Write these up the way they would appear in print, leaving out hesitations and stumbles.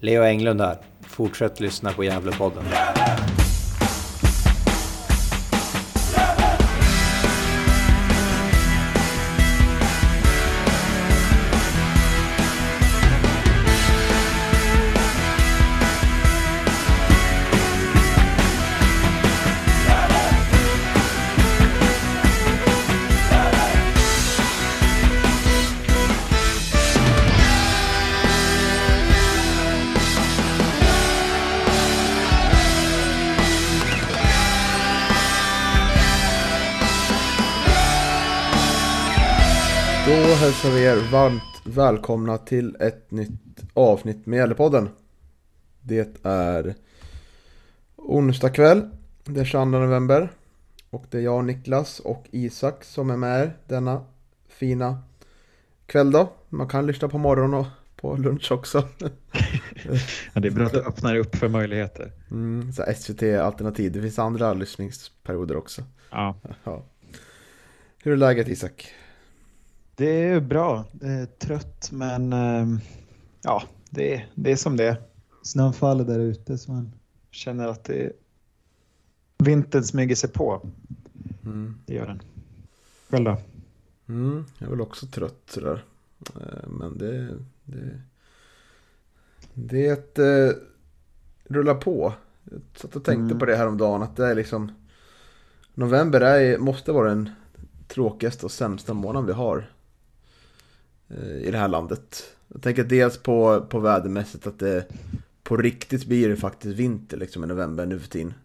Leo Englund här. Fortsätt lyssna på Gävlepodden. Då hälsar vi er varmt välkomna till ett nytt avsnitt med Gävlepodden. Det är onsdag kväll, det är 22 november. Och det är jag, Niklas och Isak som är med denna fina kväll då. Man kan lyssna på morgon och på lunch också. Ja, det är bra att du öppnar upp för möjligheter. Så SVT-alternativ, det finns andra lyssningsperioder också. Ja. Hur är läget, Isak? Det är bra. Det är trött, men ja, det är som det är. Snön faller där ute så man känner att vintern smyger sig på. Det gör den. Själv då? Jag är väl också trött sådär. Men det rullar på. Jag satt och tänkte på det här om dagen, att det är liksom november måste vara den tråkigaste och sämsta månaden vi har i det här landet. Jag tänker dels på vädermässigt, att det på riktigt blir det faktiskt vinter liksom i november nu för tiden.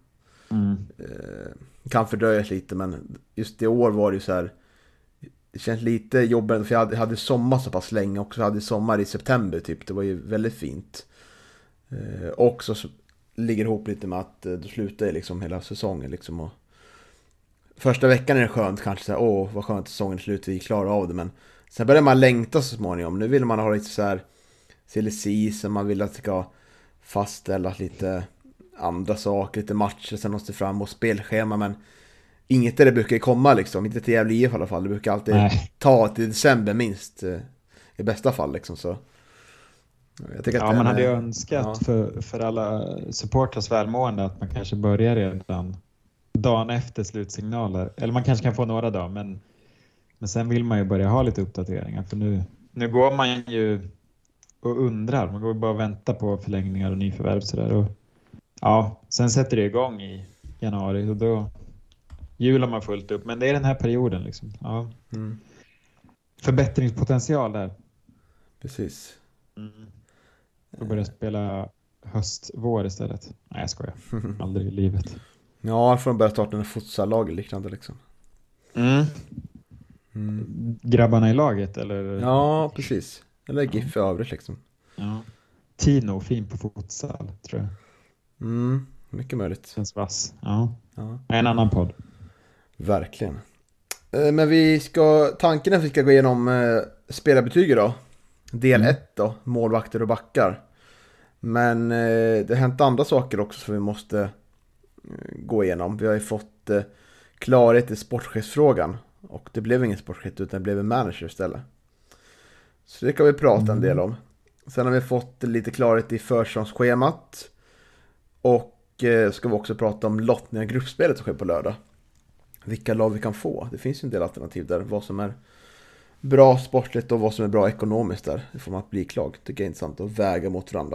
Kan fördröjas lite, men just i år var det ju så här, det känns lite jobbigt, för jag hade sommar så pass länge också. Jag hade sommar i september typ, det var ju väldigt fint. Och så ligger det ihop lite med att då slutar det liksom hela säsongen liksom, och första veckan är det skönt kanske så här, vad skönt säsongen är slut, vi klarar av det, men sen börjar man längta så småningom. Nu vill man ha lite så här silly season, man vill att det ska fastställas lite andra saker, lite matcher sen måste fram och spelschema, men inget där det brukar komma liksom, inte till Gävle IF i alla fall. Det brukar alltid ta till december minst i bästa fall liksom, så jag tycker att man hade ju önskat för alla supporters välmående att man kanske börjar redan dagen efter slutsignaler, eller man kanske kan få några dagar, men sen vill man ju börja ha lite uppdateringar, för nu går man ju och undrar, man går bara och väntar på förlängningar och nyförvärv sådär, och ja, sen sätter det igång i januari och då jular man fullt upp, men det är den här perioden liksom. Ja. Förbättringspotential där. Precis. Får börja spela höst-vår istället. Nej, jag skojar. Aldrig i livet. Ja, får de börja starta en futsal-lag liknande liksom. Grabbarna i laget, eller? Ja, precis. Eller GIF i övrigt liksom. Ja. Tino, fin på futsal, tror jag. Mycket möjligt. Känns vass. Ja. En annan podd. Verkligen. Men tanken är att vi ska gå igenom spelarbetyg då. Del 1 då, målvakter och backar. Men det har hänt andra saker också som vi måste gå igenom. Vi har ju fått klarhet i sportchefsfrågan, och det blev ingen sportchef utan det blev en manager istället. Så det kan vi prata en del om. Sen har vi fått lite klarhet i försäsongsschemat, och ska vi också prata om lottningen av gruppspelet som sker på lördag. Vilka lag vi kan få. Det finns ju en del alternativ där, vad som är bra sportligt och vad som är bra ekonomiskt där. Det får man bli lag. Det är intressant att väga mot varandra.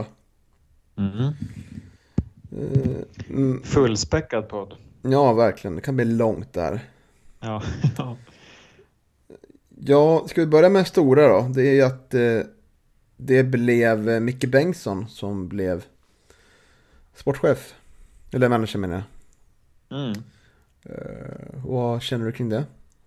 Fullspäckad podd. Ja, verkligen. Det kan bli långt där. Ja. Ja, ska vi börja med det stora då? Det är ju att det blev Micke Bengtsson som blev sportchef. Eller manager menar jag. Vad känner du kring det?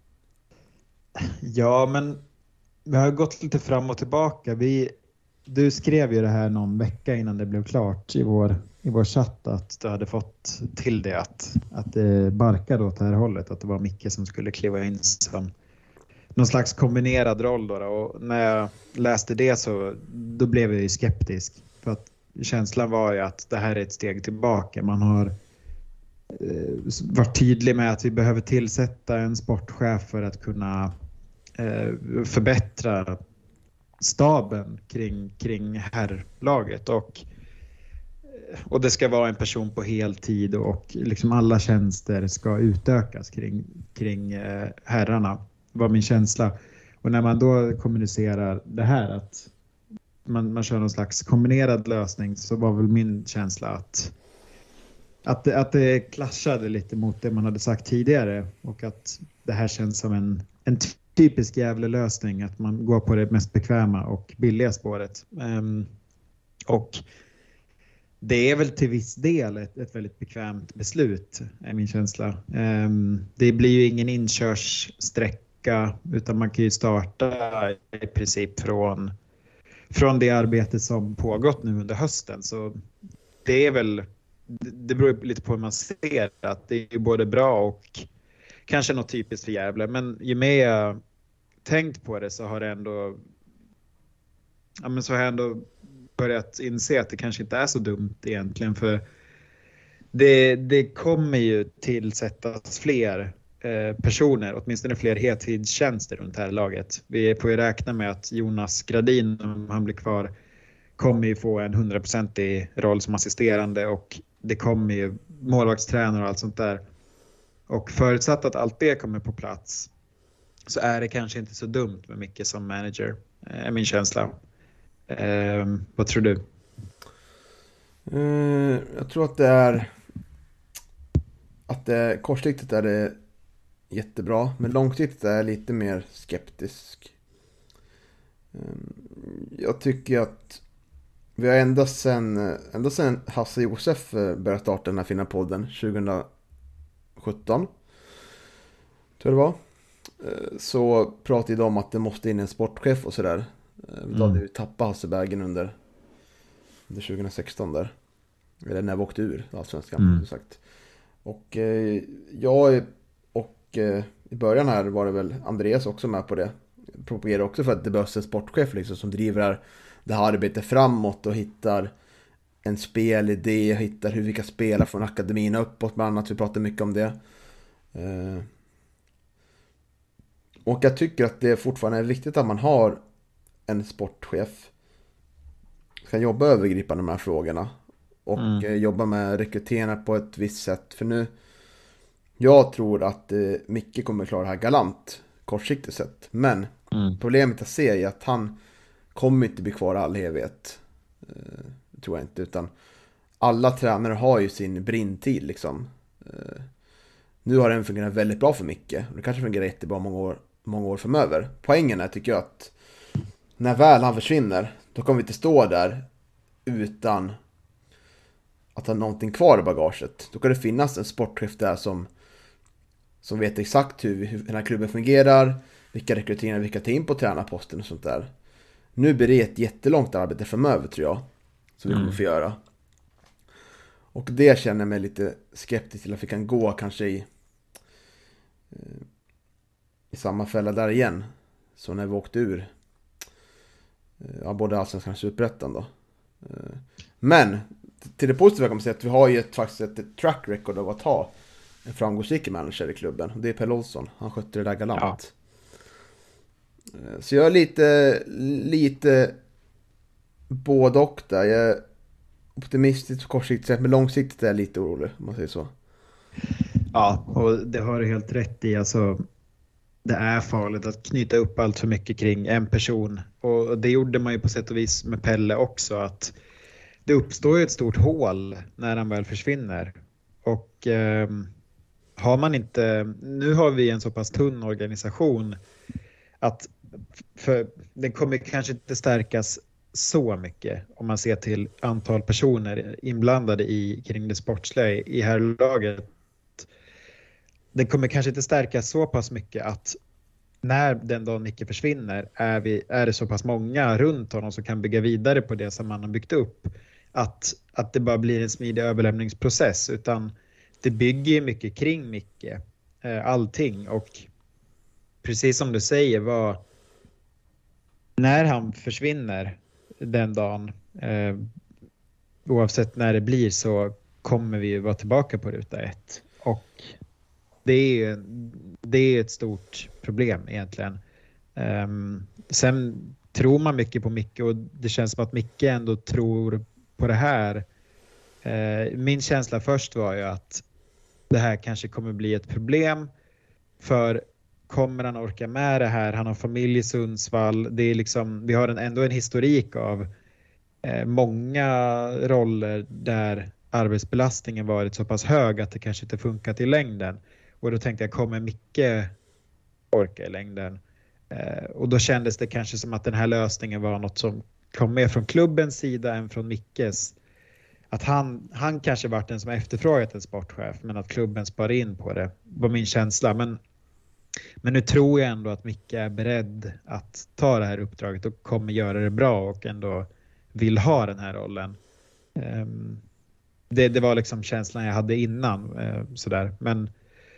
Ja, men vi har gått lite fram och tillbaka. Du skrev ju det här någon vecka innan det blev klart i vår chatt, att du hade fått till det att det barkade åt det här hållet, att det var Micke som skulle kliva in som någon slags kombinerad roll då. Och när jag läste det då blev jag ju skeptisk, för att känslan var ju att det här är ett steg tillbaka. Man har varit tydlig med att vi behöver tillsätta en sportchef för att kunna förbättra staben kring herrlaget, och och det ska vara en person på heltid och liksom alla tjänster ska utökas kring herrarna, var min känsla. Och när man då kommunicerar det här att man kör någon slags kombinerad lösning, så var väl min känsla att det clashade lite mot det man hade sagt tidigare, och att det här känns som en typisk jävla lösning, att man går på det mest bekväma och billiga spåret. Och det är väl till viss del ett väldigt bekvämt beslut, är min känsla. Det blir ju ingen inkörssträcka, utan man kan ju starta i princip från det arbete som pågått nu under hösten. Så det är väl, det beror lite på hur man ser att det är både bra och kanske något typiskt för Gävle. Men ju mer jag tänkt på det, så har jag ändå börjat inse att det kanske inte är så dumt egentligen, för det kommer ju tillsättas fler personer, åtminstone fler heltidstjänster runt det här laget. Vi får ju räkna med att Jonas Gradin, om han blir kvar, kommer ju få en 100% roll som assisterande, och det kommer ju målvaktstränare och allt sånt där. Och förutsatt att allt det kommer på plats, så är det kanske inte så dumt med Micke som manager, är min känsla. Vad tror du? Jag tror att kortsiktigt är det jättebra, men långsiktigt är jag lite mer skeptisk. Jag tycker att vi har ända sen Hasse Josef började starta den här fina podden 2017, tror jag det var, så pratade de om att det måste in en sportchef och sådär. Då hade vi tappat Hassebergen under 2016 där, eller när vi åkte ur Allsvenskan, sagt. Och i början här var det väl Andreas också med på det. Propagerar också för att det behövs en sportchef liksom, som driver det här arbetet framåt och hittar en spelidé, hittar hur vi kan spela från akademin uppåt, bland annat. Vi pratar mycket om det. Och jag tycker att det fortfarande är viktigt att man har en sportchef som kan jobba övergripande med de här frågorna och jobba med rekryteringar på ett visst sätt. För nu, jag tror att Micke kommer klara det här galant kortsiktigt sett, men problemet jag ser är att han kommer inte bli kvar all evighet, tror jag inte, utan alla tränare har ju sin brintid liksom. Nu har den fungerat väldigt bra för Micke, och det kanske fungerar jättebra många år framöver. Poängen är, tycker jag, att när väl han försvinner, då kommer vi inte stå där utan att ha någonting kvar i bagaget. Då kan det finnas en sportchef där som vet exakt hur den här klubben fungerar, vilka rekryteringar vi kan ta in på tränarposten och sånt där. Nu blir det ett jättelångt arbete framöver, tror jag, som vi kommer få göra. Och det känner jag mig lite skeptisk till, att vi kan gå kanske i samma fälla där igen, så när vi åkte ur både Allsvenskan och Superettan då. Men till det positiva kan man säga att vi har ju faktiskt ett track record av att ha en framgångsrik manager i klubben, och det är Per Olsson. Han skötte det där galant. Ja. Så jag är lite både och där. Jag är optimistisk och kortsiktigt, men långsiktigt är jag lite orolig, om man säger så. Ja, och det har du helt rätt i. Alltså, det är farligt att knyta upp allt för mycket kring en person. Och det gjorde man ju på sätt och vis med Pelle också, att det uppstår ju ett stort hål när han väl försvinner. Och har man inte, nu har vi en så pass tunn organisation att den kommer kanske inte stärkas så mycket om man ser till antal personer inblandade kring det sportsliga i här laget. Den kommer kanske inte stärkas så pass mycket att när den dagen Nicke försvinner är det så pass många runt honom som kan bygga vidare på det som man har byggt upp, att det bara blir en smidig överlämningsprocess, utan det bygger mycket kring Micke, allting. Och precis som du säger, när han försvinner den dagen, oavsett när det blir, så kommer vi vara tillbaka på ruta 1. Och det är ett stort problem egentligen. Sen tror man mycket på Micke, och det känns som att Micke ändå tror på det här Min känsla först var ju att det här kanske kommer bli ett problem, för kommer han orka med det här? Han har familj i Sundsvall. Det är liksom, vi har ändå en historik av många roller där arbetsbelastningen varit så pass hög att det kanske inte funkat i längden. Och då tänkte jag, kommer Micke orka i längden? Och då kändes det kanske som att den här lösningen var något som kom mer från klubbens sida än från Mickes. Att han kanske varit den som efterfrågat en sportchef, men att klubben spar in på det var min känsla. Men nu tror jag ändå att Micke är beredd att ta det här uppdraget och kommer göra det bra och ändå vill ha den här rollen. Det var liksom känslan jag hade innan. Sådär. Men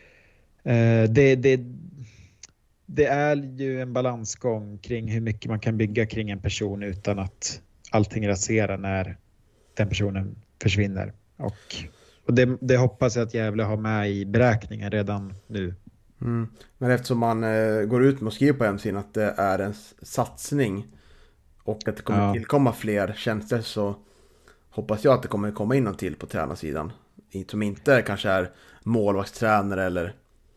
det är ju en balansgång kring hur mycket man kan bygga kring en person utan att allting raserar när den personen försvinner. Och det hoppas jag att Gävle har med i beräkningen redan nu. Men eftersom man går ut med och skriver på hemsidan att det är en satsning och att det kommer tillkomma fler tjänster, så hoppas jag att det kommer komma in någon till på tränarsidan som inte kanske är målvaktstränare eller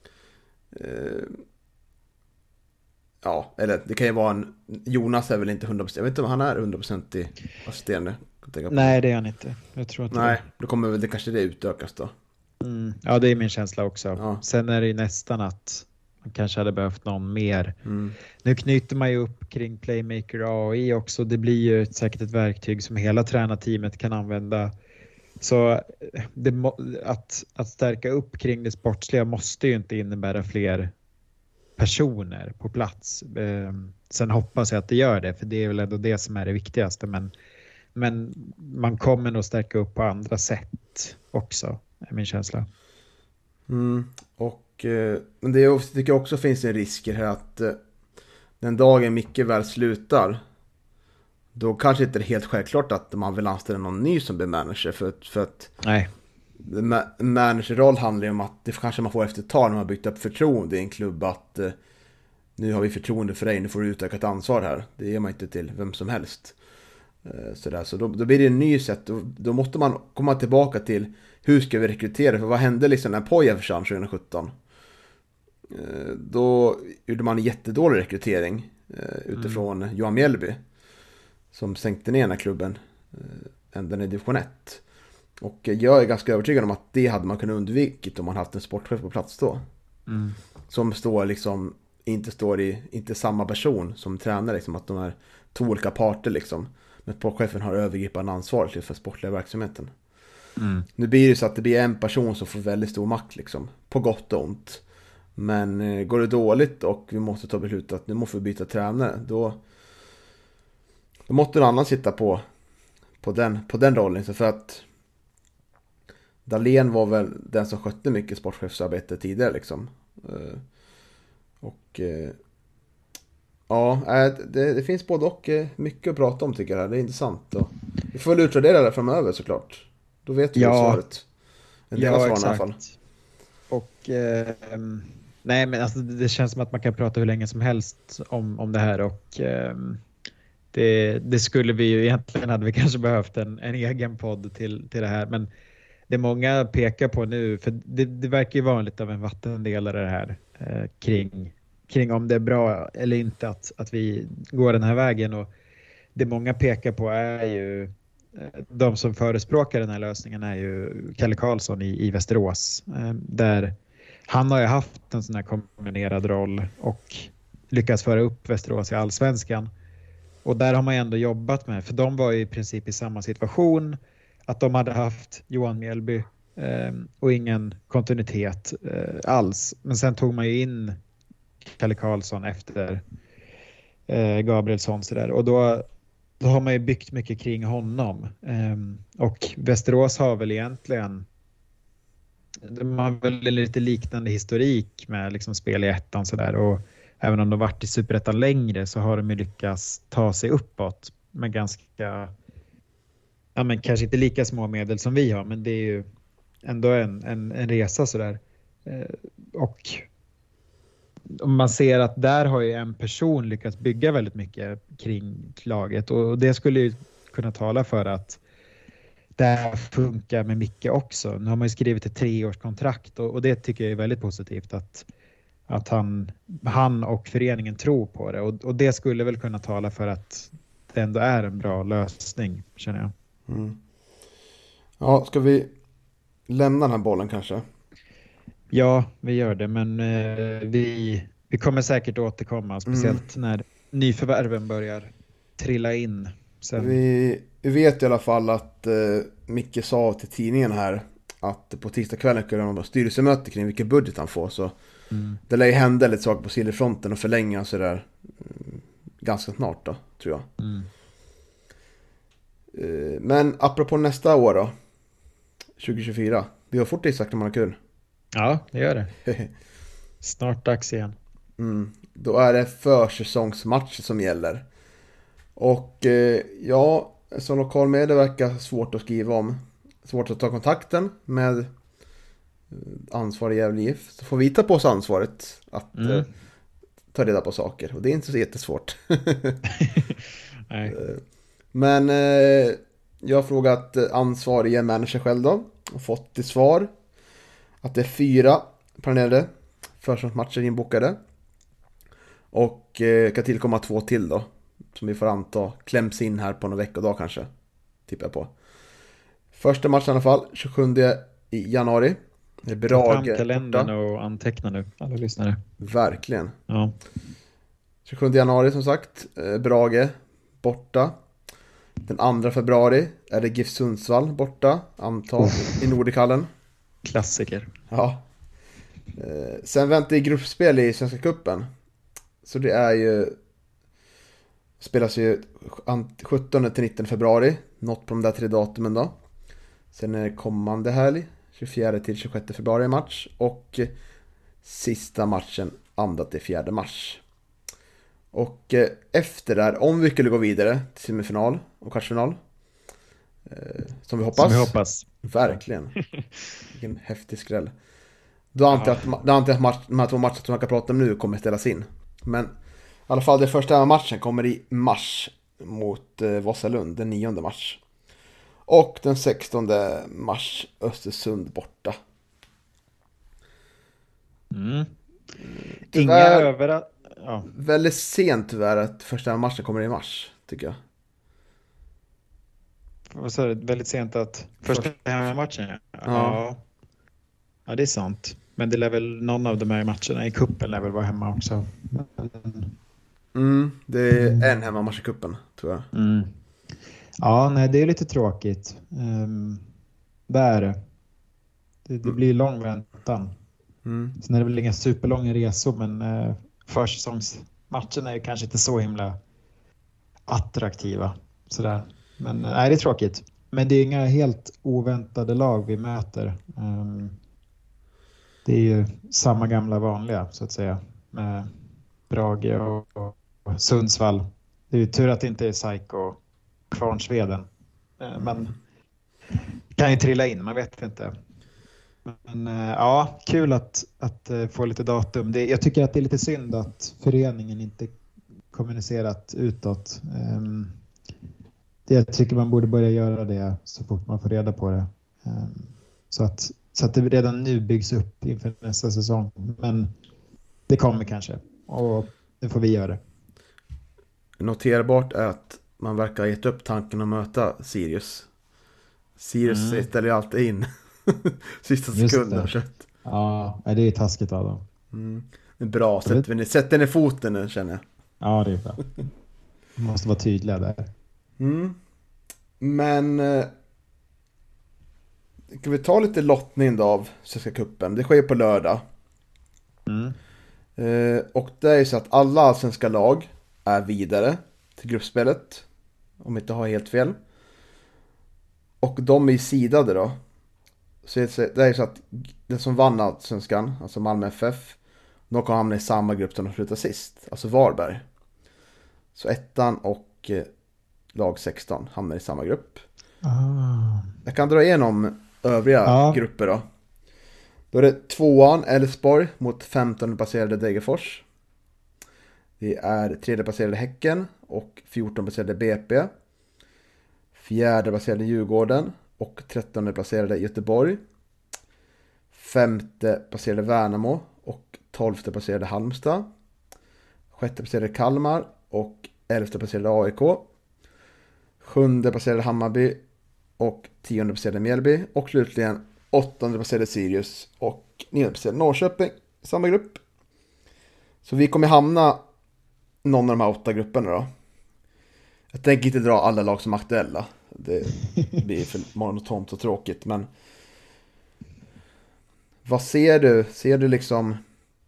eller det kan ju vara Jonas är väl inte 100%, jag vet inte om han är 100% assisterande. Nej, det är han inte. Jag tror inte. Nej, då kommer väl det kanske det utökas då. Ja, det är min känsla också. Ja. Sen är det ju nästan att man kanske hade behövt någon mer. Nu knyter man ju upp kring Playmaker AI också. Det blir ju säkert ett verktyg som hela tränarteamet kan använda. Så att stärka upp kring det sportsliga måste ju inte innebära fler personer på plats. Sen hoppas jag att det gör det, för det är väl ändå det som är det viktigaste. Men man kommer nog stärka upp på andra sätt också, är min känsla. Men det tycker jag också finns en risk här att den dagen Micke väl slutar, då kanske inte är det helt självklart att man vill anställa någon ny som blir manager, för att nej. Managerroll handlar ju om att det kanske man får efter ett tag när man har byggt upp förtroende i en klubb, att nu har vi förtroende för dig, nu får du utökat ansvar här. Det ger man inte till vem som helst. Så då blir det en ny sätt. Då måste man komma tillbaka till hur ska vi rekrytera, för vad hände liksom när Poja försvann 2017? Då gjorde man en jättedålig rekrytering utifrån Johan Mjällby, som sänkte ner den här klubben ända i division 1. Och jag är ganska övertygad om att det hade man kunnat undvikit om man haft en sportchef på plats då. Som står liksom, inte samma person som tränare, liksom, att de är två olika parter liksom. Men sportchefen har övergripande ansvar för sportliga verksamheten. Nu blir det så att det blir en person som får väldigt stor makt liksom, på gott och ont. Men går det dåligt och vi måste ta beslut att nu måste vi byta tränare, då måste någon annan sitta på den rollen. Så för att Dahlén var väl den som skötte mycket sportchefsarbete tidigare liksom. Det finns både och mycket att prata om, tycker jag. Det är intressant. Och vi får väl utvärdera det framöver såklart. Då vet vi svaret. En del av svaren i alla fall. Och nej, men alltså, det känns som att man kan prata hur länge som helst om det här, och det skulle vi ju egentligen, hade vi kanske behövt en egen podd till det här, men det många pekar på nu, för det verkar ju vara lite av en vattendelare det här kring om det är bra eller inte att vi går den här vägen, och det många pekar på är ju de som förespråkar den här lösningen är ju Kalle Karlsson i Västerås, där han har ju haft en sån här kombinerad roll och lyckats föra upp Västerås i allsvenskan, och där har man ju ändå jobbat med, för de var ju i princip i samma situation, att de hade haft Johan Mjällby och ingen kontinuitet alls, men sen tog man ju in Kalle Karlsson efter Gabrielsson så där, och då har man ju byggt mycket kring honom, och Västerås har väl egentligen, de har väl en lite liknande historik med liksom spel i ettan så där, och även om de varit i superettan längre så har de ju lyckats ta sig uppåt med ganska, ja men kanske inte lika små medel som vi har, men det är ju ändå en resa så där, och man ser att där har ju en person lyckats bygga väldigt mycket kring laget, och det skulle ju kunna tala för att det här funkar med Micke också. Nu har man ju skrivit ett 3-årskontrakt och det tycker jag är väldigt positivt att han och föreningen tror på det. Och det skulle väl kunna tala för att det ändå är en bra lösning, känner jag. Mm. Ja, ska vi lämna den här bollen kanske? Ja, vi gör det, men vi kommer säkert återkomma, speciellt när nyförvärven börjar trilla in. Sen. Vi vet i alla fall att Micke sa till tidningen här att på tisdagskvällen skulle de ha styrelsemöte kring vilken budget han får. Så det lär ju hända lite saker på Silverfronten och förlänga så där ganska snart då, tror jag. Men apropå nästa år då, 2024. Vi har fort sagt att man har kul. Ja, det gör det. Snart dags igen. Då är det försäsongsmatcher som gäller. Och ja, som lokal med det verkar svårt att skriva om. Svårt att ta kontakten med ansvarig Gävle IF. Så får vi ta på oss ansvaret att ta reda på saker. Och det är inte så jättesvårt. Nej. Men jag har frågat ansvarig manager själv då. Och fått till svar att det är 4 planerade försäsongsmatcher inbokade. Och kan tillkomma 2 till då. Som vi får anta kläms in här på några veckodag kanske. Tippar jag på. Första matchen i alla fall, 27 i januari. Det är Ta fram Brage kalendern borta. och anteckna nu, alla lyssnare. Verkligen. Ja. 27 januari som sagt, Brage borta. Den 2 februari är det GIF Sundsvall borta, antal i Nordikallen. Klassiker. Ja. Sen väntar gruppspel i Svenska Cupen. Så det är ju spelas ju 17 till 19 februari. Något på de där 3 datumen då. Sen är det kommande helg 24 till 26 februari match. Och sista matchen 2 till 4 mars. Och efter där, om vi skulle gå vidare till semifinal och kvartsfinal. Som vi hoppas. Som vi hoppas. Verkligen. Vilken häftig skräll. Då antar jag att de här 2 matcherna som jag kan prata om nu kommer ställas in. Men i alla fall den första matchen kommer i mars mot Vasalund, den 9 mars. Och den 16 mars Östersund borta. Inga Ja. Väldigt sent tyvärr att första matchen kommer i mars, tycker jag. Vad sa du? Väldigt sent att första matchen? Ja. Ja, det är sant. Men det lär väl någon av de här matcherna i kuppen lär väl vara hemma också. Det är en hemmamatch i kuppen, tror jag. Ja, nej, det är lite tråkigt. Det är det. Det blir lång väntan. Sen är det väl inga superlånga resor, men försäsongsmatcherna är kanske inte så himla attraktiva. Sådär. Men nej, det är tråkigt. Men det är inga helt oväntade lag vi möter. Det är ju samma gamla vanliga, så att säga. Med Brage och Sundsvall. Det är ju tur att det inte är SAIK och Kvarnsveden. Men kan ju trilla in, man vet inte. Men ja, kul att få lite datum. Jag tycker att det är lite synd att föreningen inte kommunicerat utåt. Jag tycker man borde börja göra det så fort man får reda på det. Så att det redan nu byggs upp inför nästa säsong. Men det kommer kanske. Och det får vi göra. Noterbart är att man verkar ha gett upp tanken att möta Sirius. Sirius ställer ju alltid in sista sekunden. Ja, det är taskigt av dem. Bra, sätter ner foten nu, känner jag. Ja, det är bra. Man måste vara tydliga där. Men kan vi ta lite lottning då av Svenska Cupen? Det sker på lördag. Och det är ju så att alla allsvenska lag är vidare till gruppspelet, om jag inte har helt fel. Och de är sidade då. Så det är så att den som vann allsvenskan, alltså Malmö FF, de kan hamna i samma grupp som de slutade sist, alltså Varberg. Så 1:an och lag 16 hamnar i samma grupp. Jag kan dra igenom övriga grupper då. Då är det 2:an Elfsborg mot 15 baserade Degerfors. Det är 3:e baserade Häcken och 14 baserade BP. 4:e baserade Djurgården och 13:e placerade Göteborg. 5:e placerade Värnamo och 12:e placerade Halmstad. 6:e placerade Kalmar och 11:e placerade AIK. 7:e placerade Hammarby och 10:e placerade Mjällby. Och slutligen 8:e placerade Sirius och 9:e placerade Norrköping i samma grupp. Så vi kommer hamna någon av de här 8 grupperna då. Jag tänker inte dra alla lag som är aktuella. Det blir för monotont och tråkigt. Men vad ser du? Ser du liksom...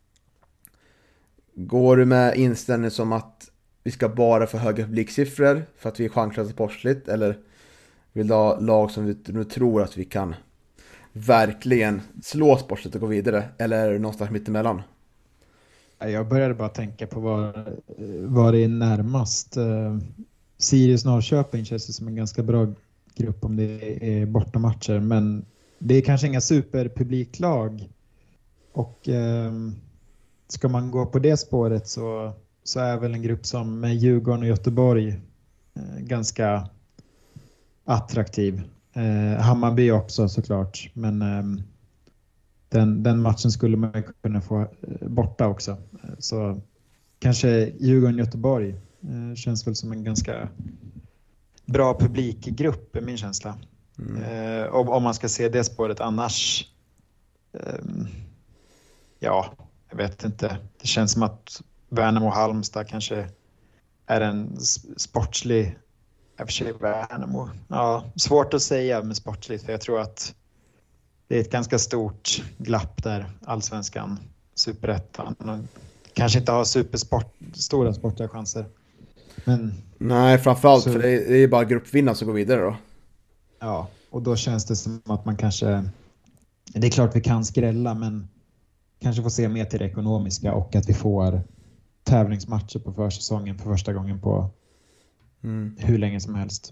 Går du med inställning som att vi ska bara få höga publiksiffror för att vi är chanslösa sportsligt? Eller vill du ha lag som vi nu tror att vi kan verkligen slå sportsligt och gå vidare? Eller är det någonstans mittemellan? Jag började bara tänka på vad det är närmast. Sirius Norrköping känns det som en ganska bra grupp om det är bortamatcher. Men det är kanske inga superpubliklag. Och ska man gå på det spåret så är väl en grupp som med Djurgården och Göteborg ganska attraktiv. Hammarby också såklart. Men den matchen skulle man kunna få borta också. Så kanske Djurgården-Göteborg känns väl som en ganska bra publikgrupp är min känsla. Om man ska se det spåret annars ja, jag vet inte. Det känns som att Värnamo och Halmstad kanske är en sportslig i och för sig Värnamo. Ja, svårt att säga med sportsligt för jag tror att det är ett ganska stort glapp där, allsvenskan, superettan. Kanske inte har stora sportliga chanser. Men, nej, framförallt för det är bara gruppvinnare som går vidare då. Ja, och då känns det som att man kanske... Det är klart vi kan skrälla, men kanske får se mer till det ekonomiska och att vi får tävlingsmatcher på försäsongen för första gången på hur länge som helst.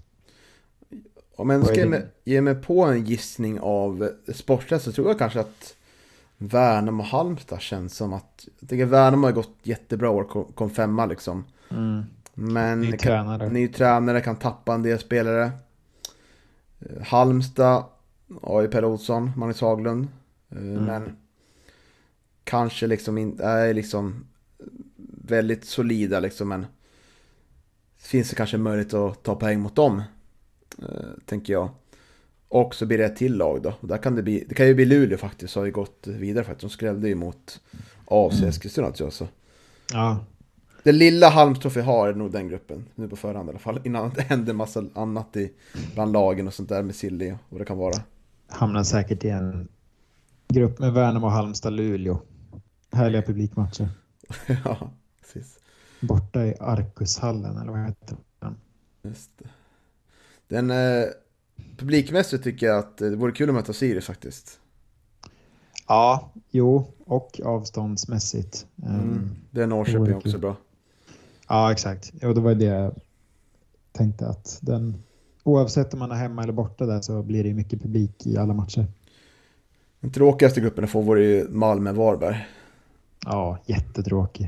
Om jag ska ge mig på en gissning av sporträtt så tror jag kanske att Värnamo och Halmstad känns som att... Jag tycker Värnamo har gått jättebra år, kom 5 liksom. Men ny tränare kan tappa en del spelare. Halmstad har ju Per Olsson, Magnus Haglund. Men kanske liksom inte är liksom väldigt solida liksom, men finns det kanske möjlighet att ta poäng mot dem, tänker jag. Och så blir det ett till lag då. Och där kan det kan ju bli Luleå faktiskt, har ju gått vidare faktiskt. De skrällde ju mot AFC Eskilstuna tror jag så. Ja. Det lilla halmstrå har är nog den gruppen nu på förhand i alla fall, innan det händer massa annat bland lagen och sånt där med Silly och vad det kan vara. Hamnar säkert i en grupp med Värnamo och Halmstad, Luleå. Härliga publikmatcher. Ja, precis. Borta i Arkushallen eller vad heter den? Just det. Den publikmässigt tycker jag att det vore kul att möta Sirius faktiskt. Ja, jo, och avståndsmässigt. Det är Norrköping också bra. Ja, exakt. Och det var det jag tänkte att oavsett om man är hemma eller borta där så blir det mycket publik i alla matcher. Den tråkigaste gruppen får ju Malmö-Varberg. Ja, jättetråkig.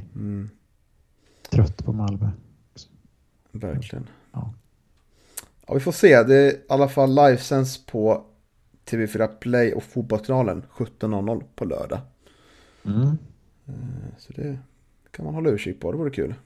Trött på Malmö. Verkligen. Ja. Ja, vi får se. Det är i alla fall livesänds på TV4 Play och Fotbollskanalen 17:00 på lördag. Så det kan man hålla utkik på. Det vore kul.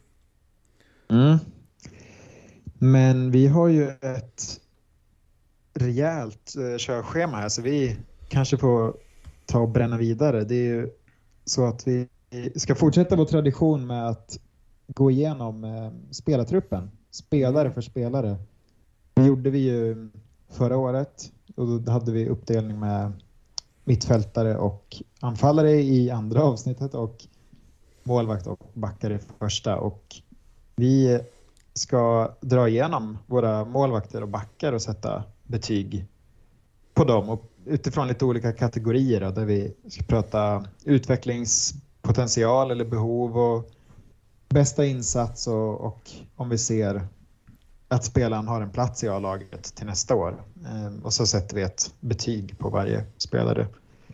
Men vi har ju ett rejält körschema här så vi kanske får ta och bränna vidare. Det är ju så att vi ska fortsätta vår tradition med att gå igenom spelartruppen. Spelare för spelare. Det gjorde vi ju förra året och då hade vi uppdelning med mittfältare och anfallare i andra avsnittet och målvakt och backare i första. Och vi ska dra igenom våra målvakter och backar och sätta betyg på dem och utifrån lite olika kategorier då, där vi ska prata utvecklingspotential eller behov och bästa insats och om vi ser att spelaren har en plats i A-laget till nästa år. Och så sätter vi ett betyg på varje spelare.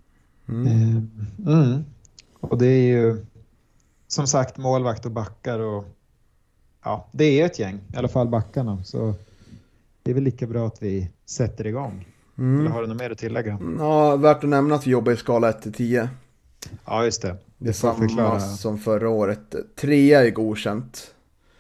Och det är ju som sagt målvakt och backar och ja, det är ett gäng, i alla fall backarna. Så det är väl lika bra att vi sätter igång. Eller har du något mer att tillägga? Ja, värt att nämna att vi jobbar i skala 1-10. Ja, just det. Det är samma som förra året. 3 är godkänt.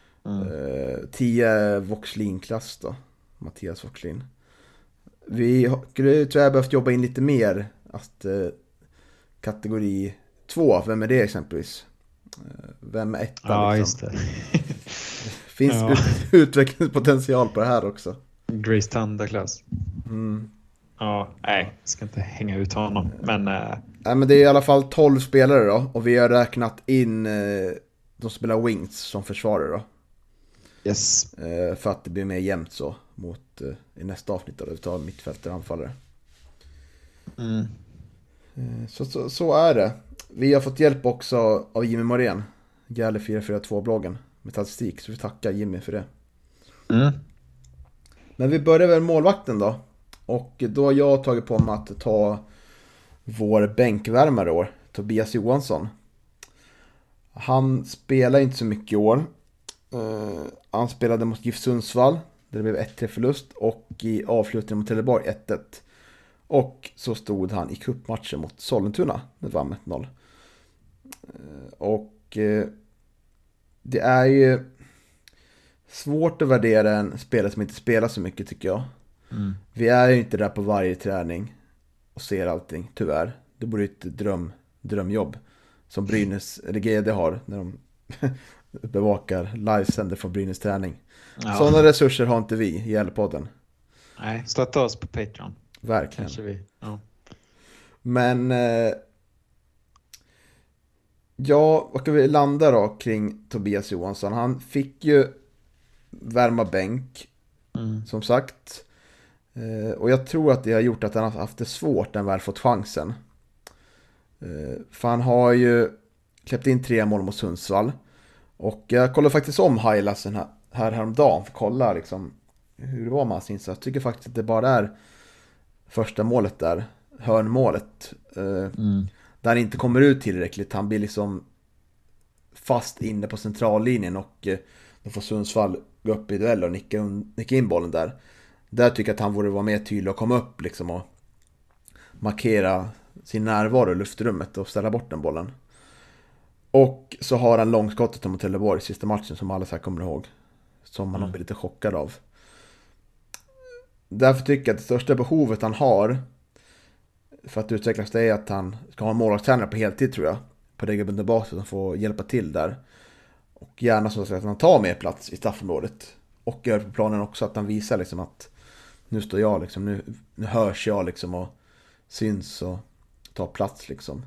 10 är Voxlin-klass då. Mattias Voxlin. Vi skulle tror jag behövt jobba in lite mer. Att kategori 2, vem är det exempelvis? Vem är 1? Ja, liksom? just det. Finns utvecklingspotential på det här också. Grace Tanda-klass. Ja, nej, ska inte hänga ut honom. Men nej, men det är i alla fall 12 spelare då. Och vi har räknat in de spelar wings som försvarare då. yes. För att det blir mer jämnt så mot i nästa avsnitt då vi tar mittfältare anfallare. Så är det. Vi har fått hjälp också av Jimmy Morén, Gälle 442-bloggen med statistik, så vi tackar Jimmy för det. Men vi börjar väl målvakten då. Och då har jag tagit på mig att ta vår bänkvärmare i år, Tobias Johansson. Han spelar inte så mycket i år. Han spelade mot GIF Sundsvall där det blev 1-3 förlust och i avslutningen mot Trelleborg 1-1. Och så stod han i cupmatchen mot Sollentuna med vann 1-0. Och det är ju svårt att värdera en spelare som inte spelar så mycket tycker jag. Vi är ju inte där på varje träning och ser allting, tyvärr. Det borde ju ett drömjobb som Brynäs eller GD har när de bevakar livesänder från Brynäs träning. Ja. Sådana resurser har inte vi i L-podden. Nej, stötta oss på Patreon. Verkligen. Kanske vi. Ja. Men ja, vad kan vi landa då kring Tobias Johansson? Han fick ju värma bänk som sagt. Och jag tror att det har gjort att han har haft det svårt när han väl fått chansen. För han har ju släppt in 3 mål mot Sundsvall. Och jag kollade faktiskt om highlightsen här häromdagen för att kolla liksom hur det var med hans insats. Jag tycker faktiskt att det bara är första målet där, hörnmålet. Där han inte kommer ut tillräckligt. Han blir liksom fast inne på centrallinjen och då får Sundsvall gå upp i duell och nicka in bollen där. Där tycker jag att han borde vara mer tydlig och komma upp liksom och markera sin närvaro i luftrummet och ställa bort den bollen. Och så har han långskottet mot Trelleborg i sista matchen som alla så här kommer ihåg. Som han har blivit lite chockad av. Därför tycker jag att det största behovet han har för att utvecklas det är att han ska ha en målvaktstränare på heltid tror jag. På regelbunden basis som får hjälpa till där. Och gärna så att han tar mer plats i straffområdet. Och gör på planen också att han visar liksom att nu står jag liksom, nu hörs jag liksom och syns och tar plats liksom.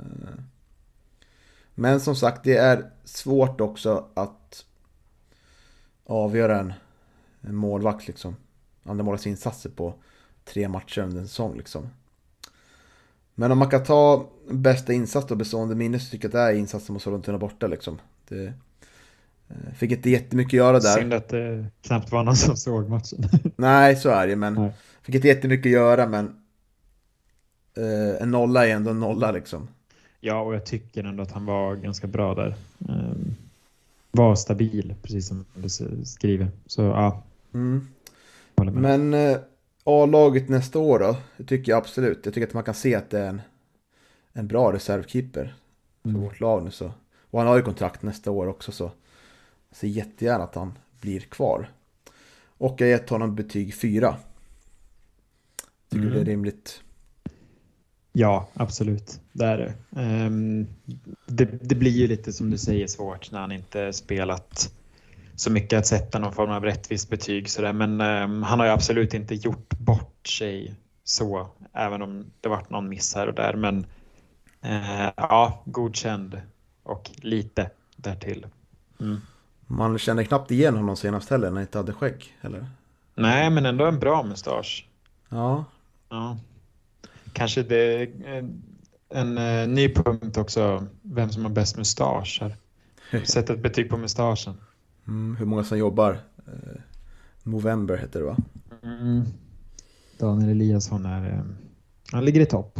Men som sagt, det är svårt också att avgöra en målvakt liksom. Andra målvakts insatser på 3 matcher under en säsong liksom. Men om man kan ta bästa insats och bestående minne så tycker jag att det är insatsen mot Sollentuna borta liksom. Det fick inte jättemycket att göra där. Synd att det knappt var någon som såg matchen. Nej, så är det, men fick inte jättemycket att göra, men en nolla är ändå en nolla liksom. Ja, och jag tycker ändå att han var ganska bra där. Var stabil, precis som du skriver. Så ja. Men A-laget nästa år då, det tycker jag absolut. Jag tycker att man kan se att det är en bra reservkeeper för vårt lag nu så. Och han har ju kontrakt nästa år också så. Jag ser jättegärna att han blir kvar. Och jag har gett honom betyg 4. Tycker det är rimligt. Ja, absolut. Det är det. Det blir ju lite som du säger svårt när han inte spelat så mycket att sätta någon form av rättvist betyg. Sådär. Men han har ju absolut inte gjort bort sig så. Även om det varit någon miss här och där. Men ja, godkänd och lite därtill. Man känner knappt igen honom senast heller när han inte hade skägg, eller? Nej, men ändå en bra mustasch. Ja. Kanske det är en ny punkt också. Vem som har bäst mustasch här. Sätt ett betyg på mustaschen. Hur många som jobbar? November heter det va? Daniel Eliasson han ligger i topp.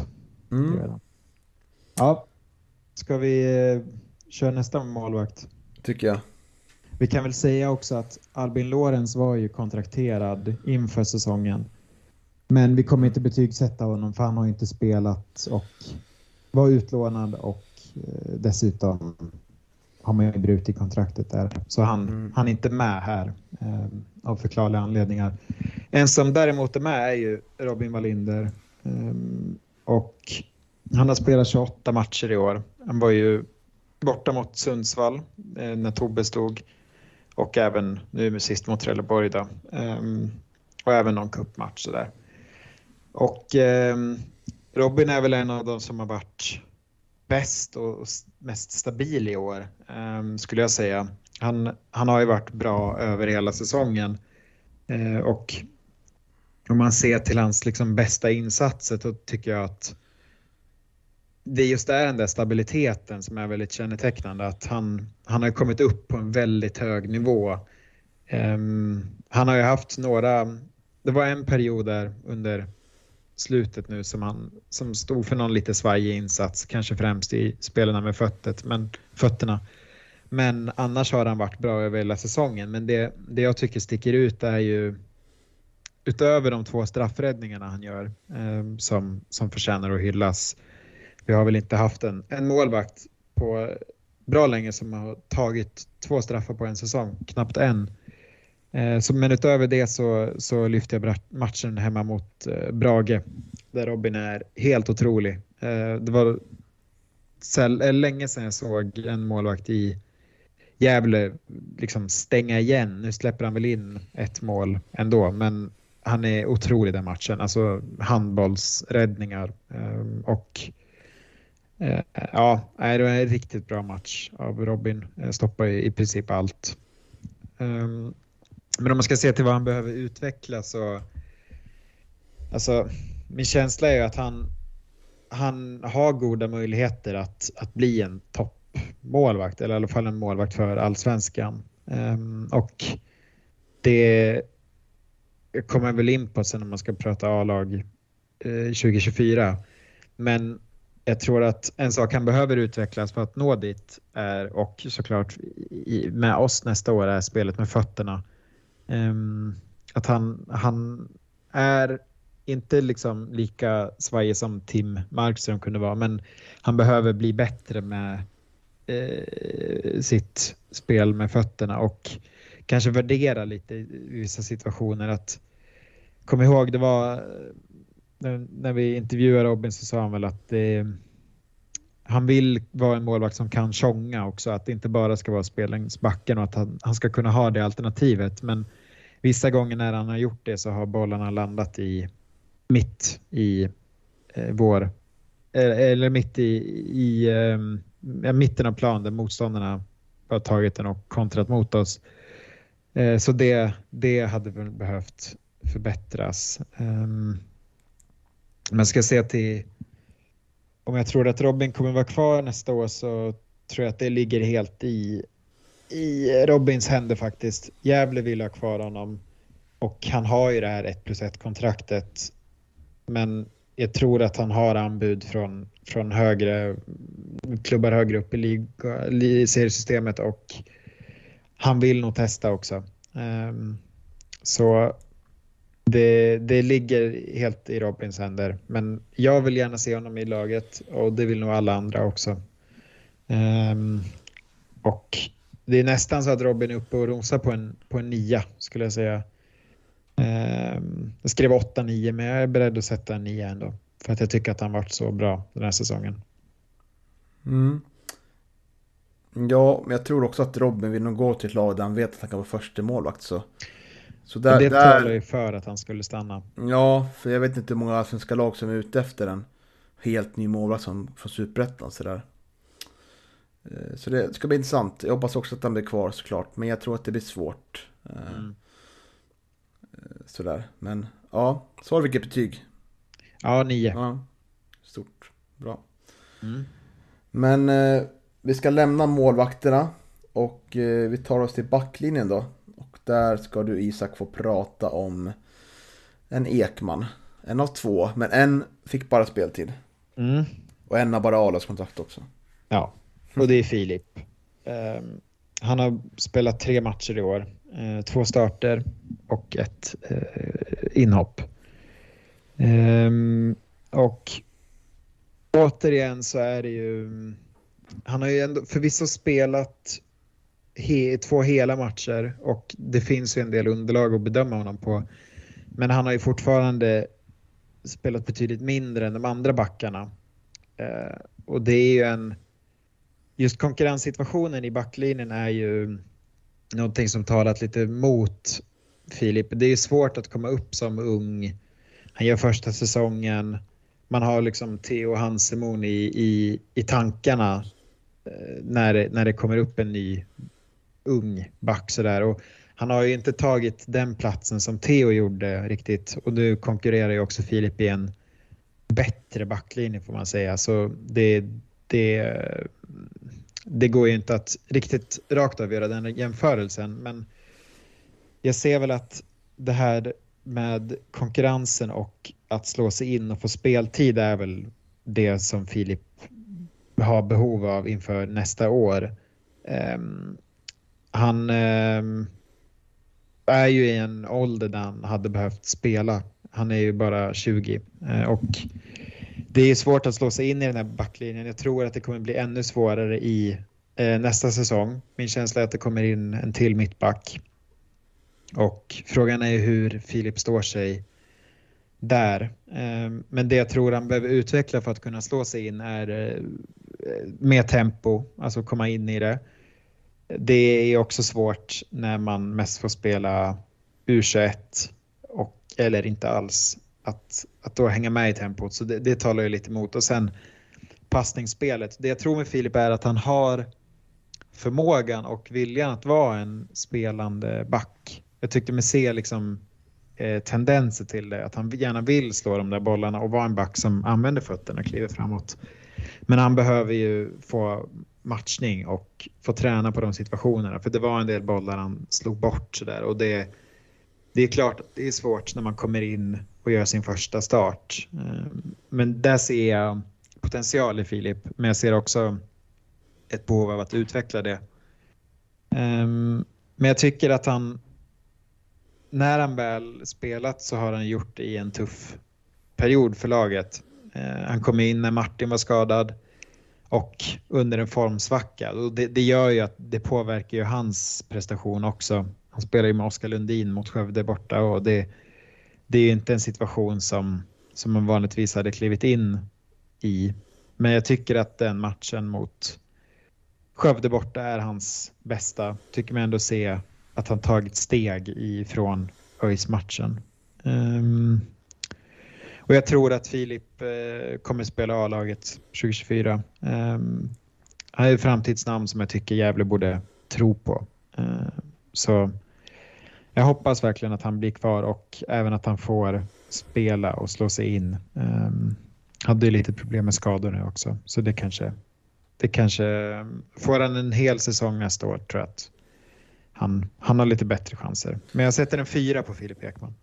Ja. Ska vi köra nästa målvakt? Tycker jag. Vi kan väl säga också att Albin Lorenz var ju kontrakterad inför säsongen. Men vi kommer inte betygsätta honom för han har inte spelat och var utlånad och dessutom har man ju brutit kontraktet där. Så han är inte med här av förklarliga anledningar. En som däremot är med är ju Robin Wallinder. Och han har spelat 28 matcher i år. Han var ju borta mot Sundsvall när Tobbe stod. Och även nu med sist mot Trelleborg då. Och även någon cupmatch där. Och Robin är väl en av de som har varit bäst och mest stabil i år, skulle jag säga. Han har ju varit bra över hela säsongen. Och om man ser till hans liksom bästa insatser, då tycker jag att det just är den där stabiliteten som är väldigt kännetecknande. Att han har kommit upp på en väldigt hög nivå. Han har ju haft det var en period där under slutet nu som stod för någon lite svajig insats, kanske främst i spelarna med fötterna. Men annars har han varit bra över hela säsongen. Men det jag tycker sticker ut är ju utöver de 2 straffräddningarna han gör som förtjänar att hyllas. Vi har väl inte haft en målvakt på bra länge som har tagit 2 straffar på en säsong, knappt en. Men utöver det så lyfter jag matchen hemma mot Brage där Robin är helt otrolig. Det var länge sedan jag såg en målvakt i Gävle liksom stänga igen. Nu släpper han väl in ett mål ändå, men han är otrolig den matchen. Alltså handbollsräddningar och ja, det var en riktigt bra match av Robin. Stoppar i princip allt. Men om man ska se till vad han behöver utveckla så alltså min känsla är ju att han har goda möjligheter att bli en toppmålvakt eller i alla fall en målvakt för Allsvenskan. Och det kommer väl in på sen när man ska prata A-lag 2024. Men jag tror att en sak han behöver utvecklas för att nå dit är, och såklart med oss nästa år, är spelet med fötterna. Att han är inte liksom lika svajig som Tim Markström kunde vara, men han behöver bli bättre med sitt spel med fötterna och kanske värdera lite i vissa situationer. Att kom ihåg, det var när vi intervjuade Robin så sa han väl att han vill vara en målvakt som kan tjonga också, att det inte bara ska vara spel längs backen och att han ska kunna ha det alternativet. Men vissa gånger när han har gjort det så har bollarna landat mitt i mitten av plan där motståndarna har tagit den och kontrat mot oss. Så det hade väl behövt förbättras. Man ska se till, om jag tror att Robin kommer vara kvar nästa år, så tror jag att det ligger helt i Robins händer faktiskt. Gävle vill ha kvar honom och han har ju det här 1+1 kontraktet, men jag tror att han har anbud från högre klubbar högre upp i seriesystemet och han vill nog testa också. Så det ligger helt i Robins händer, men jag vill gärna se honom i laget och det vill nog alla andra också. Och det är nästan så att Robin är uppe och rosar på en 9 skulle jag säga. Jag skrev 8-9, men jag är beredd att sätta en 9 ändå, för att jag tycker att han varit så bra den här säsongen. Ja, men jag tror också att Robin vill nog gå till ett lag där han vet att han kan vara första målvakt. Så det talar ju för att han skulle stanna. Ja, för jag vet inte hur många svenska lag som är ute efter en helt ny målvakt som från Superettan sådär. Så det ska bli intressant. Jag hoppas också att han blir kvar såklart, men jag tror att det blir svårt. Sådär, men ja, så har vi vilket betyg? Ja, 9. Ja, stort, bra. Men vi ska lämna målvakterna och vi tar oss till backlinjen då. Och där ska du, Isak, få prata om en Ekman. En av 2, men en fick bara speltid. Och en har bara A-lagskontrakt också. Ja, och det är Filip. Han har spelat 3 matcher i år. 2 starter och 1 inhopp. Och återigen så är det ju, han har ju ändå förvisso spelat två hela matcher och det finns ju en del underlag att bedöma honom på. Men han har ju fortfarande spelat betydligt mindre än de andra backarna. Och det är ju just konkurrenssituationen i backlinjen är ju någonting som talat lite mot Filip. Det är svårt att komma upp som ung. Han gör första säsongen. Man har liksom Theo Hansemon i tankarna när det kommer upp en ny ung back sådär. Och han har ju inte tagit den platsen som Theo gjorde riktigt. Och nu konkurrerar ju också Filip i en bättre backlinje får man säga. Så det går ju inte att riktigt rakt avgöra den jämförelsen. Men jag ser väl att det här med konkurrensen och att slå sig in och få speltid är väl det som Filip har behov av inför nästa år. Han är ju i en ålder där han hade behövt spela. Han är ju bara 20 och det är svårt att slå sig in i den här backlinjen. Jag tror att det kommer bli ännu svårare i nästa säsong. Min känsla är att det kommer in en till mittback. Och frågan är hur Filip står sig där. Men det jag tror han behöver utveckla för att kunna slå sig in är med tempo, alltså komma in i det. Det är också svårt när man mest får spela U21 eller inte alls att då hänga med i tempot. Så det talar ju lite emot. Och sen passningsspelet. Det jag tror med Filip är att han har förmågan och viljan att vara en spelande back. Jag tyckte mig se liksom tendenser till det. Att han gärna vill slå de där bollarna och vara en back som använder fötterna och kliver framåt. Men han behöver ju få matchning och få träna på de situationerna. För det var en del bollar han slog bort sådär. Och det är klart att det är svårt när man kommer in och gör sin första start. Men där ser jag potential i Filip. Men jag ser också ett behov av att utveckla det. Men jag tycker att när han väl spelat så har han gjort det i en tuff period för laget. Han kom in när Martin var skadad och under en formsvacka. Och det gör ju att det påverkar ju hans prestation också. Han spelar ju med Oskar Lundin mot Skövde borta och det är ju inte en situation som man vanligtvis hade klivit in i. Men jag tycker att den matchen mot Skövde borta är hans bästa. Tycker man ändå se att han tagit steg ifrån ÖIS-matchen. Och jag tror att Filip kommer spela A-laget 2024. Han är ett framtidsnamn som jag tycker Gävle borde tro på. Så jag hoppas verkligen att han blir kvar och även att han får spela och slå sig in. Hade ju lite problem med skador nu också. Så det kanske får han en hel säsong nästa år, tror jag att han har lite bättre chanser. Men jag sätter en 4 på Filip Ekman.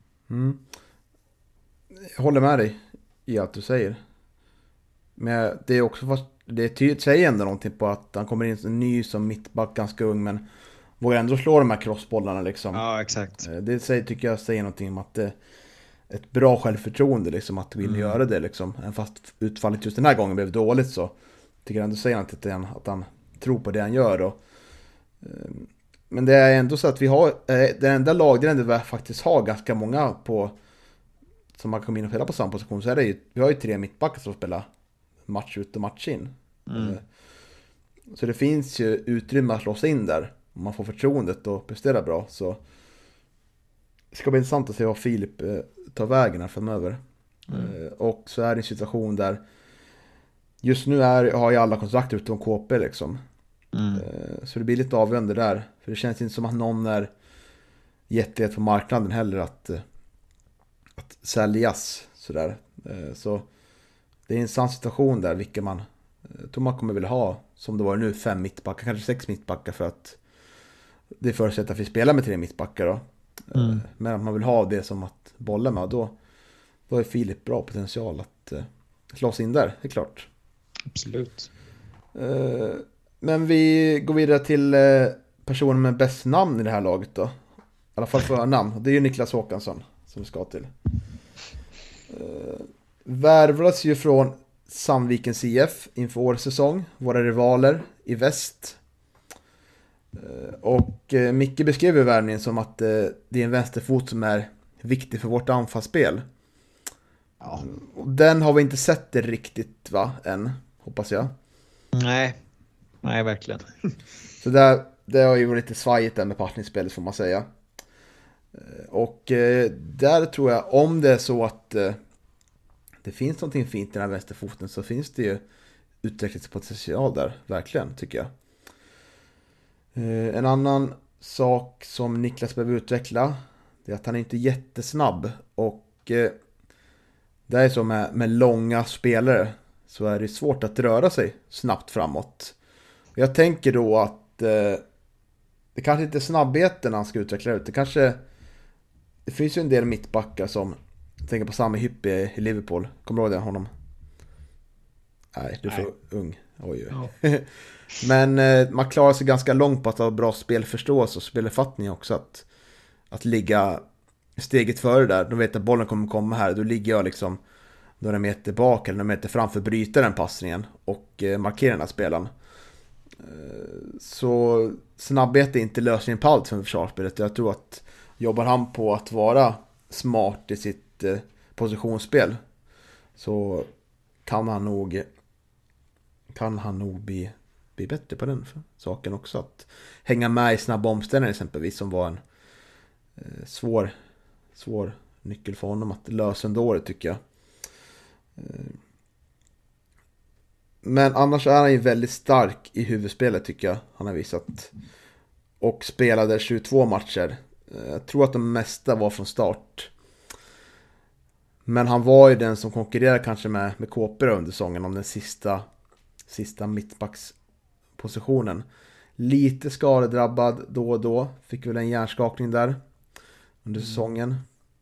Jag håller med dig i allt du säger. Men det är också fast det säger ändå någonting på att han kommer in som ny som mittback, ganska ung, men vågar ändå slå de här crossbollarna liksom. Ja, exakt. Det tycker jag säger någonting om att det ett bra självförtroende liksom, att vilja göra det liksom. Även fast utfallet just den här gången blev dåligt, så tycker jag ändå säger någonting att han tror på det han gör. Och, men det är ändå så att vi har den enda lagdelen där vi faktiskt har ganska många på som man kommer in och spela på samma position, så är det ju, vi har ju 3 mittbackar som spelar match ut och match in. Så det finns ju utrymme att slå sig in där om man får förtroendet och prestera bra. Så det ska bli intressant att se vad Filip tar vägen här framöver. Och så är det en situation där just nu har jag alla kontrakt utom KP liksom. Så det blir lite avgörande där. För det känns inte som att någon är jättehet på marknaden heller att säljas sådär. Så det är en sann situation där vilka man tror man kommer vilja ha, som det var nu 5 mittbackar, kanske 6 mittbackar, för att det förutsätter att vi spelar med 3 mittbackar då. Men att man vill ha det som att bolla med, då är Filip bra potential att slå sig in där, det är klart. Absolut. Men vi går vidare till personen med bäst namn i det här laget då. I alla fall för namn. Det är ju Niklas Håkansson som vi ska till. Värvades ju från Sandvikens IF inför årets säsong, våra rivaler i väst. Och Micke beskrev ju värvningen som att det är en vänsterfot som är viktig för vårt anfallsspel. Ja. Och den har vi inte sett det riktigt än, hoppas jag. Nej, verkligen. Så det har ju varit lite svajigt där med passningsspelet, får man säga. Och där tror jag, om det är så att det finns någonting fint i den här vänsterfoten, så finns det ju utvecklingspotential där, verkligen, tycker jag. En annan sak som Niklas behöver utveckla, det är att han är inte jättesnabb. Och det är så med långa spelare, så är det svårt att röra sig snabbt framåt. Jag tänker då att det kanske inte är snabbheten han ska utveckla ut. Det finns ju en del mittbackar som, jag tänker på Sami Hyppie i Liverpool. Kommer du ihåg det, honom? Nej, du är för ung. Oj. Ja. Men man klarar sig ganska långt på att ha bra spelförståelse och speluppfattning också. Att ligga steget före där. Då vet att bollen kommer komma här. Då ligger jag liksom några meter bak eller några meter framför, bryter den passningen och markerar den här spelaren. Så snabbhet är inte lösningen på allt för försvarsspelet. Jag tror att jobbar han på att vara smart i sitt positionsspel, så kan han nog bli bättre på den saken också. Att hänga med i snabba omställningar exempelvis, som var en svår nyckel för honom att lösa under året, tycker jag. Men annars är han ju väldigt stark i huvudspelet, tycker jag han har visat. Och spelade 22 matcher. Jag tror att de mesta var från start. Men han var ju den som konkurrerade kanske med KP under säsongen om den sista mittbackspositionen. Lite skadedrabbad då och då. Fick väl en hjärnskakning där under säsongen.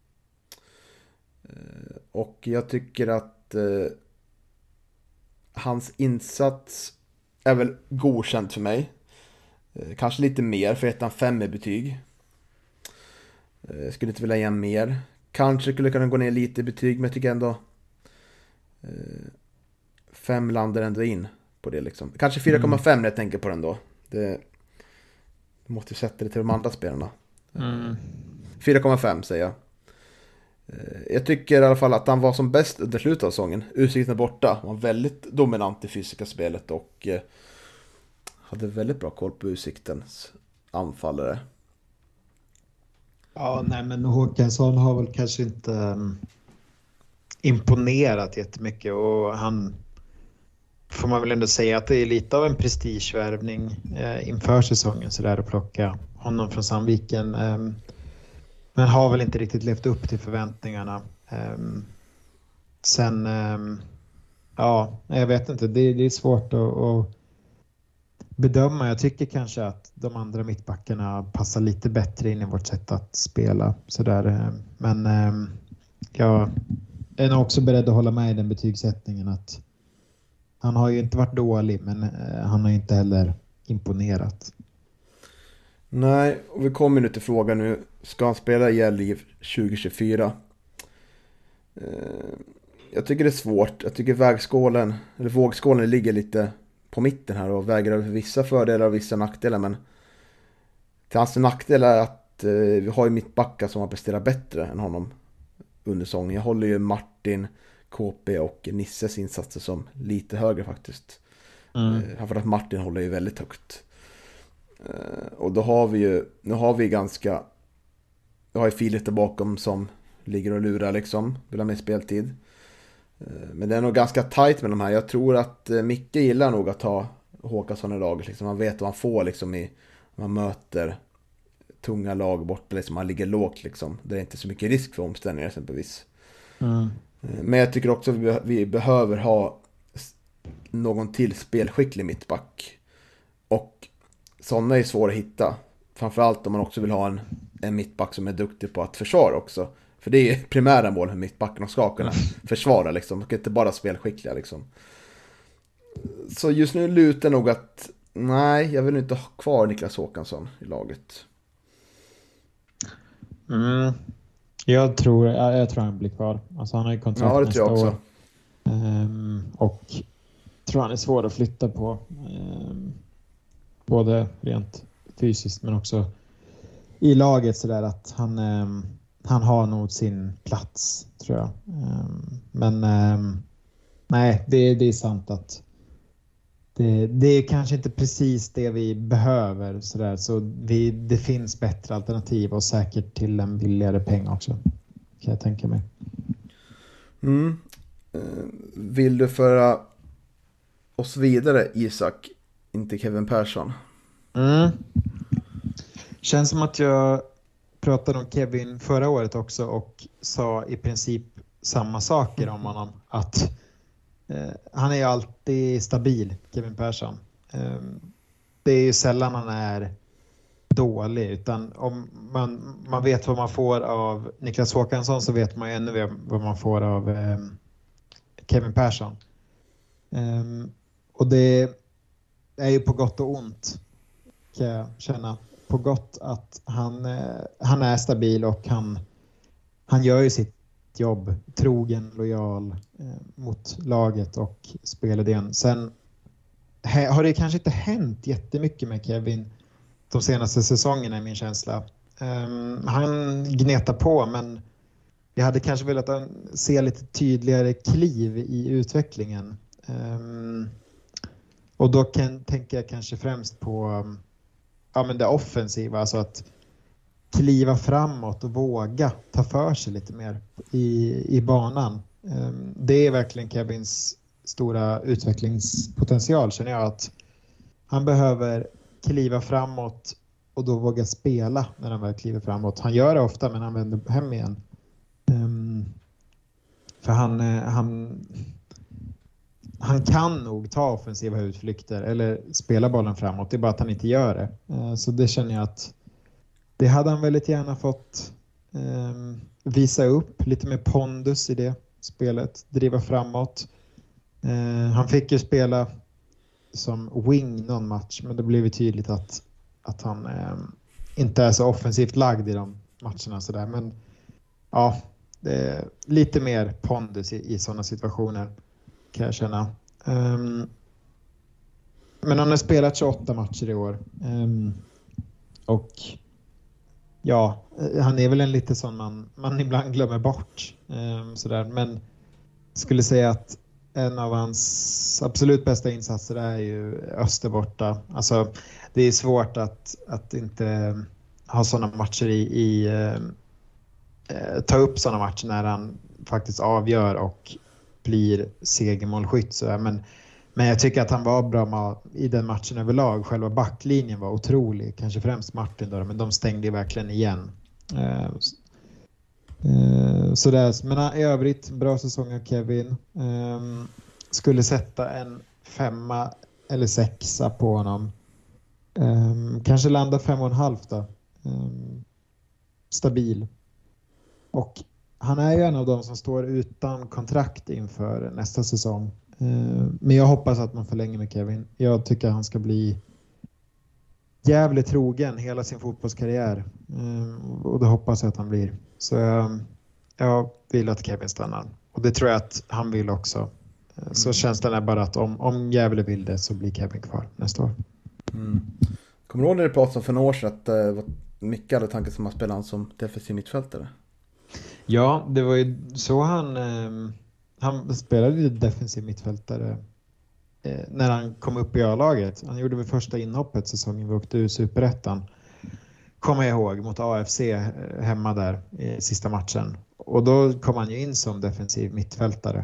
Och jag tycker att hans insats är väl godkänd för mig. Kanske lite mer, för 1/5 i betyg. Skulle inte vilja ge mer. Kanske skulle kunna gå ner lite i betyg, men jag tycker ändå 5 landar ändå in på det liksom. Kanske 4,5 när jag tänker på den då. Det måste ju sätta det till de andra spelarna. 4,5 säger jag. Jag tycker i alla fall att han var som bäst under slutet av säsongen. Utsikten borta. Han var väldigt dominant i fysiska spelet och hade väldigt bra koll på Utsiktens anfallare. Ja, nej, men Håkansson har väl kanske inte imponerat jättemycket, och han får man väl ändå säga att det är lite av en prestigevärvning inför säsongen så där, att plocka honom från Sandviken. Men har väl inte riktigt levt upp till förväntningarna. Sen, ja, jag vet inte. Det är svårt att bedöma. Jag tycker kanske att de andra mittbackarna passar lite bättre in i vårt sätt att spela. Sådär. Men jag är nog också beredd att hålla med i den betygssättningen, att han har ju inte varit dålig, men han har inte heller imponerat. Nej, och vi kommer nu till frågan nu. Ska han spela i Liv 2024? Jag tycker det är svårt. Jag tycker vågskålen ligger lite på mitten här och väger över vissa fördelar och vissa nackdelar. Men till hans nackdel är att vi har ju mittbackar som har presterat bättre än honom under säsongen. Jag håller ju Martin, KP och Nisses insatser som lite högre faktiskt. För att Martin håller ju väldigt högt. Och då har vi ju Filip där bakom som ligger och lurar liksom, vill ha mer speltid. Men det är nog ganska tajt med de här. Jag tror att Micke gillar nog att ha Håkansson i laget liksom. Man vet vad man får liksom när man möter tunga lag borta liksom. Man ligger lågt liksom. Det är inte så mycket risk för omställningar exempelvis. Men jag tycker också att vi behöver ha någon till spelskicklig mittback. Och sådana är svåra att hitta. Framförallt om man också vill ha en mittback som är duktig på att försvara också. För det är primära mål hur mittbackarna ska kunna försvara liksom. De kan inte bara spelskickliga liksom. Så just nu lutar nog att nej, jag vill inte ha kvar Niklas Håkansson i laget. Jag tror han blir kvar. Alltså han har ju kontrakt Ja, det nästa tror jag också. år. Och tror han är svår att flytta på. Både rent fysiskt men också i laget så där att han har nog sin plats, tror jag. Men nej, det är sant att det är kanske inte precis det vi behöver så där, så det finns bättre alternativ och säkert till en billigare peng också, kan jag tänka mig. Vill du föra oss vidare, Isak, inte Kevin Persson? Känns som att jag pratade om Kevin förra året också och sa i princip samma saker om honom. Att han är alltid stabil, Kevin Persson. Det är ju sällan han är dålig, utan om man vet vad man får av Niklas Håkansson, så vet man ju ännu mer vad man får av Kevin Persson. Och det är ju på gott och ont, kan jag känna. På gott att han är stabil och han gör ju sitt jobb, trogen, lojal mot laget och spelidén. Sen har det kanske inte hänt jättemycket med Kevin de senaste säsongerna, i min känsla. Han gnetar på, men jag hade kanske velat se lite tydligare kliv i utvecklingen. Och då tänker jag kanske främst på men det offensiva, alltså att kliva framåt och våga ta för sig lite mer i banan. Det är verkligen Kevins stora utvecklingspotential, känner jag, att han behöver kliva framåt och då våga spela när han väl kliver framåt. Han gör det ofta, men han vänder hem igen. För han kan nog ta offensiva utflykter eller spela bollen framåt. Det är bara att han inte gör det. Så det känner jag att det hade han väldigt gärna fått visa upp. Lite mer pondus i det spelet. Driva framåt. Han fick ju spela som wing någon match, men det blev ju tydligt att han inte är så offensivt lagd i de matcherna. Så där. Men ja, det är lite mer pondus i sådana situationer, kan jag känna. Men han har spelat 28 matcher i år. Och ja, han är väl en lite sån man ibland glömmer bort. Sådär. Men skulle säga att en av hans absolut bästa insatser är ju Öster borta. Alltså, det är svårt att inte ha sådana matcher ta upp sådana matcher när han faktiskt avgör och blir segermålskytt. Men jag tycker att han var bra i den matchen överlag. Själva backlinjen var otrolig. Kanske främst Martin då, men de stängde ju verkligen igen. Men i övrigt, bra säsong av Kevin. Skulle sätta en 5 eller 6 på honom. Kanske landa 5,5 då. Stabil. Och han är ju en av dem som står utan kontrakt inför nästa säsong. Men jag hoppas att man förlänger med Kevin. Jag tycker han ska bli jävligt trogen hela sin fotbollskarriär. Och det hoppas jag att han blir. Så jag vill att Kevin stannar. Och det tror jag att han vill också. Så känslan är bara att om Gävle vill det, så blir Kevin kvar nästa år. Kommer du ihåg när det pratades för några år sedan att Micke hade tanken som att spela han som defensiv mittfältare? Ja, det var ju så han spelade ju defensiv mittfältare när han kom upp i A-laget. Han gjorde väl första inhoppet säsongen vi åkte ur Superettan. Kommer jag ihåg, mot AFC hemma där i sista matchen. Och då kom han ju in som defensiv mittfältare.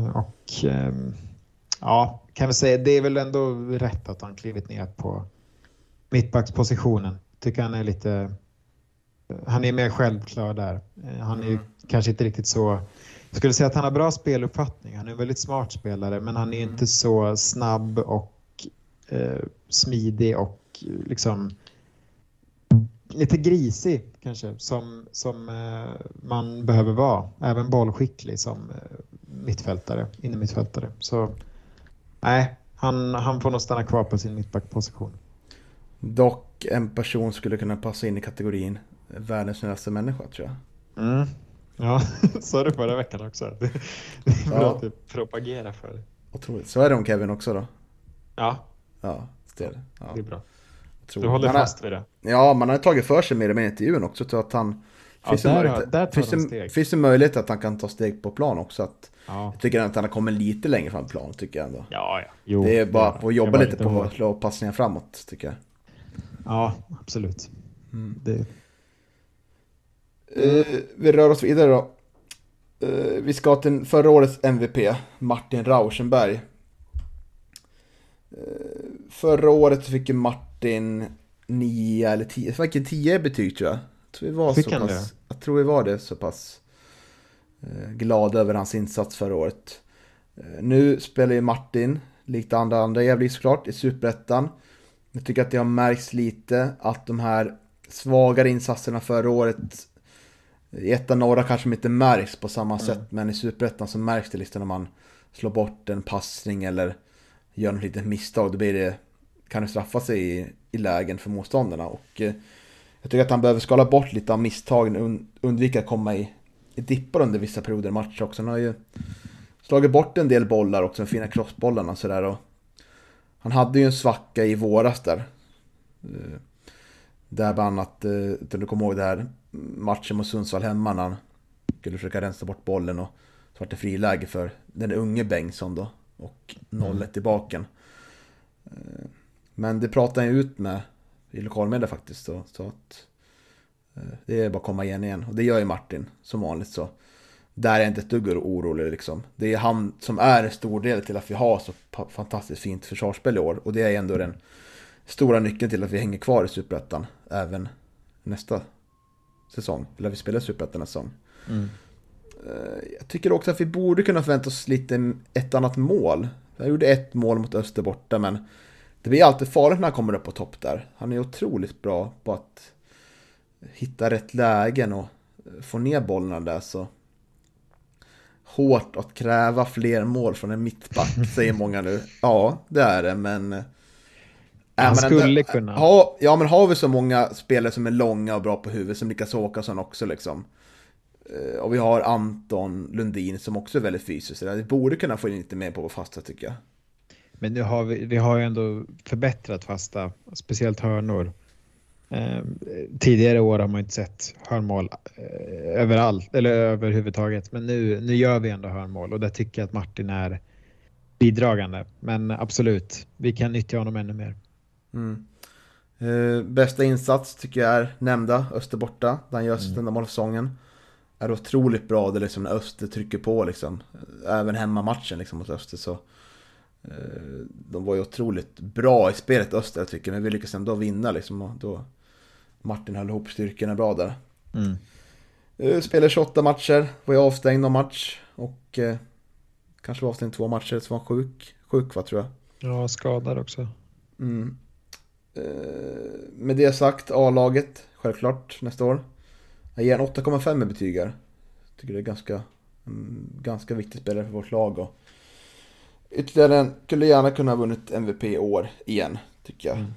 Ja, kan vi säga, det är väl ändå rätt att han klivit ner på mittbackspositionen. Tycker han är mer självklar där. Han är ju kanske inte riktigt så... Jag skulle säga att han har bra speluppfattning. Han är en väldigt smart spelare, men han är inte så snabb och smidig och liksom lite grisig kanske, som man behöver vara. Även bollskicklig som innermittfältare. Så nej, han får nog stanna kvar på sin mittbackposition. Dock en person skulle kunna passa in i kategorin världens snällaste människa, tror jag. Ja, sa du förra veckan också. Det är bra att du propagerar för det. Otroligt. Så är det om Kevin också då? Ja, Ja, det är det. Ja, det är bra. otroligt. Du håller fast vid det. Ja, man har tagit för sig mer med intervjun också. Så att han... Finns det möjlighet att han kan ta steg på plan också? Att, jag tycker att han har kommit lite längre fram på plan, tycker jag ändå. Ja. Jo, det är bara att jobba lite på att slå passningar framåt, tycker jag. Ja, absolut. Vi rör oss vidare då. Vi ska till förra årets MVP, Martin Rauschenberg. Förra året så fick ju Martin 9 eller 10. Det var inte 10 betyg, tror jag. Jag tror vi var det så pass glada över hans insats förra året. Nu spelar ju Martin, likt andra jävligt såklart, i Superettan. Jag tycker att det har märks lite att de här svagare insatserna förra året i ettan norra kanske inte märks på samma sätt, men i Superettan så märks det liksom när man slår bort en passning eller gör något litet misstag, då kan det straffa sig i lägen för motståndarna. Och jag tycker att han behöver skala bort lite av misstagen, undvika att komma i dippar under vissa perioder i matcher också. Han har ju slagit bort en del bollar också, de fina crossbollarna och sådär. Och han hade ju en svacka i våras där bland annat, du kommer ihåg det här matchen mot Sundsvall hemma när han skulle försöka rensa bort bollen och så var det friläge för den unge Bengtsson då och 0-1 i baken. Men det pratar han ut med i lokalmedia faktiskt så att det är bara att komma igen och det gör ju Martin som vanligt, så där är jag inte ett dugg orolig liksom. Det är han som är en stor del till att vi har så fantastiskt fint försvarsspel i år, och det är ändå den stora nyckeln till att vi hänger kvar i Superettan även nästa säsong, eller vi spelar Superettan nästa säsong. Jag tycker också att vi borde kunna förvänta oss lite ett annat mål. Jag gjorde ett mål mot Öster borta, men det blir alltid farligt när han kommer upp på topp där. Han är otroligt bra på att hitta rätt lägen och få ner bollarna där, så hårt att kräva fler mål från en mittback, säger många nu. Ja, det är det, men han skulle kunna. Ja, men har vi så många spelare som är långa och bra på huvudet, som Niklas Åkesson också liksom. Och vi har Anton Lundin som också är väldigt fysisk. Vi borde kunna få in lite mer på fasta, tycker jag. Men nu har vi har ju ändå förbättrat fasta, speciellt hörnor. Tidigare år har man inte sett hörnmål överallt eller överhuvudtaget, men nu gör vi ändå hörnmål, och där tycker jag att Martin är bidragande. Men absolut, vi kan nyttja honom ännu mer. Bästa insats tycker jag är nämnda Österborta, där han gör sitt enda mål för säsongen. Är otroligt bra det liksom när Öster trycker på liksom. Även hemmamatchen liksom mot Öster, så de var ju otroligt bra i spelet Öster, jag tycker, men vi lyckades ändå vinna liksom, och då Martin höll ihop styrkorna bra där. Spelade 28 matcher, var ju avstängd någon match och kanske var avstängd 2 matcher, så var han sjuk va, tror jag. Ja, skadad också. Med det sagt, A-laget självklart nästa år. Jag ger en 8,5 med betygar. Tycker det är ganska viktig spelare för vårt lag, och ytterligare en skulle gärna kunna ha vunnit MVP i år igen, tycker jag.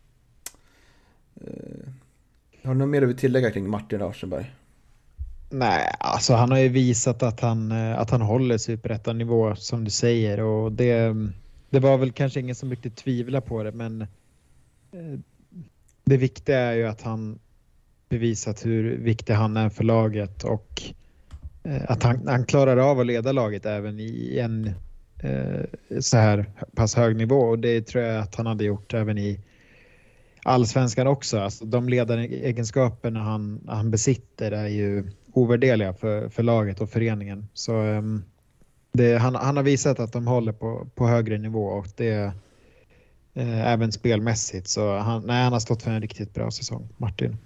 Har du något mer du vill tillägga kring Martin Rauschenberg? Nej, alltså han har ju visat att han håller Superettan-nivå, som du säger, och det var väl kanske ingen som riktigt tvivlar på det, men det viktiga är ju att han bevisat hur viktig han är för laget, och att han klarar av att leda laget även i en så här pass hög nivå, och det tror jag att han hade gjort även i Allsvenskan också. Alltså, de ledaregenskaperna han besitter är ju ovärderliga för laget och föreningen, så han har visat att de håller på högre nivå, och det även spelmässigt, så han har stått för en riktigt bra säsong, Martin.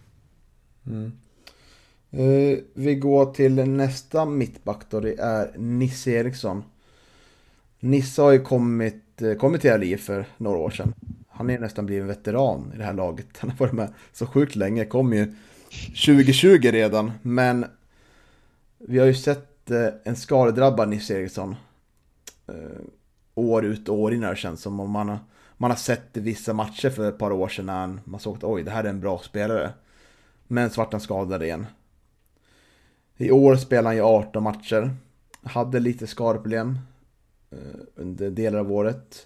Vi går till nästa mittback då, det är Nisse Eriksson. Nisse har ju kommit till LI för några år sedan. Han är nästan blivit en veteran i det här laget. Han har varit med så sjukt länge, kom ju 2020 redan, men vi har ju sett en skadedrabbad Nisse Eriksson år ut och år in, det känns som om man har sett vissa matcher för ett par år sedan när man såg att oj, det här är en bra spelare, men så vart han skadad igen. I år spelade han ju 18 matcher. Hade lite skadeproblem under delar av året.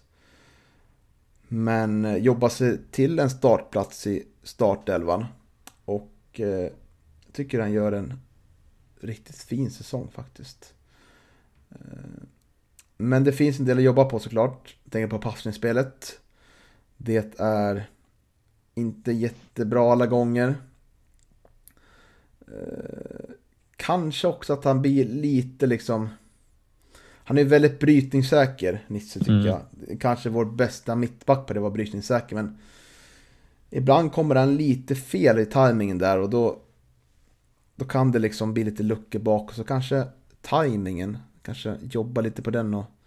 Men jobbar sig till en startplats i startelvan. Och jag tycker han gör en riktigt fin säsong faktiskt. Men det finns en del att jobba på såklart. Jag tänker på passningsspelet. Det är inte jättebra alla gånger. Kanske också att han blir lite liksom... Han är väldigt brytningssäker, Nisse, tycker jag. Kanske vår bästa mittback på det var brytningssäker, men ibland kommer han lite fel i timingen där, och då kan det liksom bli lite luckor bak, och så kanske timingen, kanske jobba lite på den. Och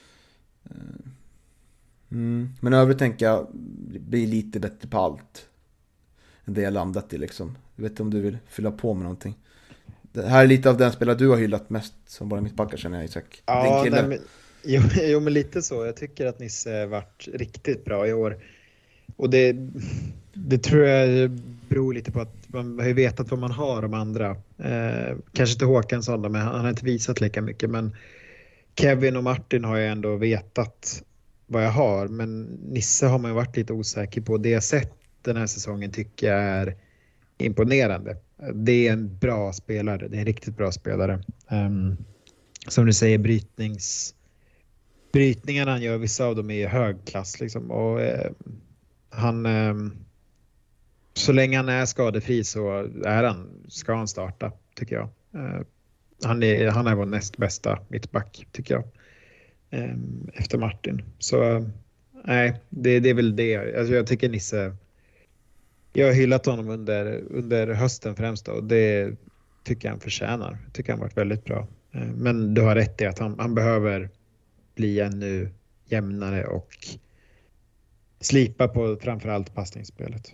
men övrigt tänker jag bli lite bättre på allt än det jag landat i liksom. Jag vet inte om du vill fylla på med någonting. Det här är lite av den spelare du har hyllat mest som bara mittbackar, känner jag, Isak. Ja, men lite så. Jag tycker att Nisse har varit riktigt bra i år. Och det tror jag beror lite på att man har ju vetat vad man har om andra. Kanske inte Håkansson då, men han har inte visat lika mycket. Men Kevin och Martin har jag ändå vetat vad jag har. Men Nisse har man ju varit lite osäker på. Det jag sett den här säsongen tycker jag är imponerande. Det är en bra spelare. Det är en riktigt bra spelare. Som du säger, brytningarna han gör, vissa av dem är högklass liksom. Och han så länge han är skadefri så ska han starta, tycker jag. Han är vår näst bästa mittback, tycker jag. Efter Martin. Så nej, det är väl det. Alltså, jag tycker Nisse, jag har hyllat honom under hösten främst då, och det tycker jag han förtjänar. Jag tycker han har varit väldigt bra. Men du har rätt i att han behöver bli ännu jämnare och slipa på framförallt passningsspelet.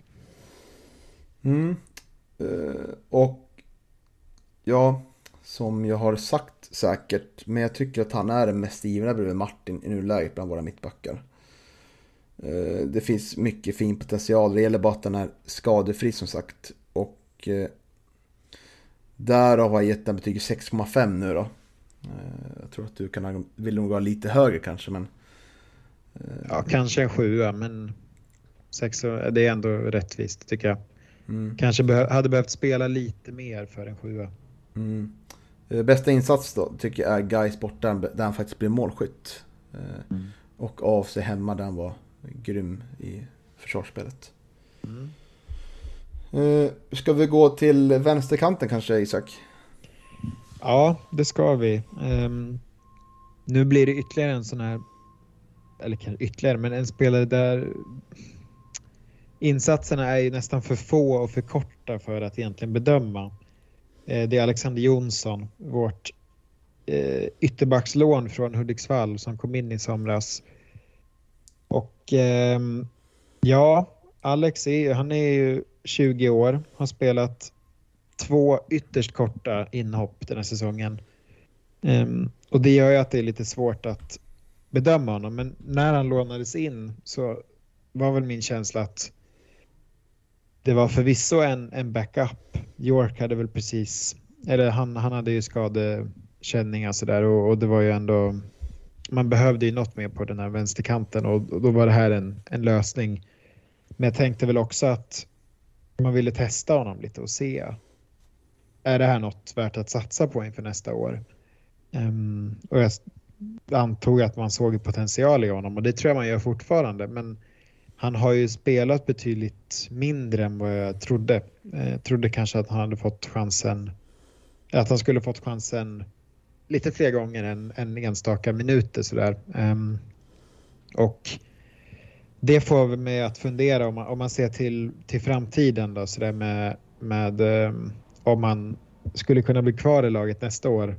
Och ja, som jag har sagt säkert, men jag tycker att han är den mest givna bredvid Martin i nuläget bland våra mittbackar. Det finns mycket fin potential. Det gäller bara att den är skadefri, som sagt. Och därav har jag gett den betyg 6,5 nu då. Jag tror att du vill nog vara lite högre kanske, men ja, kanske en 7, men 6, det är ändå rättvist, tycker jag. Kanske hade behövt spela lite mer för en 7. Bästa insats då tycker jag är Gais borta, där han faktiskt blir målskytt. Och av sig hemma där han var grym i försvarsspelet. Ska vi gå till vänsterkanten kanske, Isak? Ja, det ska vi. Nu blir det ytterligare en sån här, eller kanske ytterligare, men en spelare där insatserna är ju nästan för få och för korta för att egentligen bedöma. Det är Alexander Jonsson, vårt ytterbackslån från Hudiksvall som kom in i somras. Och ja, Alex han är ju 20 år, har spelat 2 ytterst korta inhopp den här säsongen. Och det gör ju att det är lite svårt att bedöma honom. Men när han lånades in så var väl min känsla att det var förvisso en backup. York hade väl precis, eller han hade ju skadekänningar så där, och det var ju ändå, man behövde ju något mer på den här vänsterkanten, och då var det här en lösning. Men jag tänkte väl också att man ville testa honom lite och se, är det här något värt att satsa på inför nästa år? Och jag antog att man såg potential i honom, och det tror jag man gör fortfarande, men han har ju spelat betydligt mindre än vad jag trodde. Jag trodde kanske att han hade fått chansen, att han skulle fått chansen lite fler gånger än enstaka minuter sådär. Och det får vi med att fundera om man ser till framtiden då, sådär med om han skulle kunna bli kvar i laget nästa år.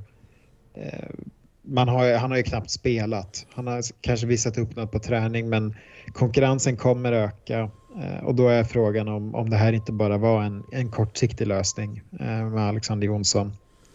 Han har ju knappt spelat. Han har kanske visat upp något på träning, men konkurrensen kommer öka, och då är frågan om det här inte bara var en kortsiktig lösning med Alexander Jonsson.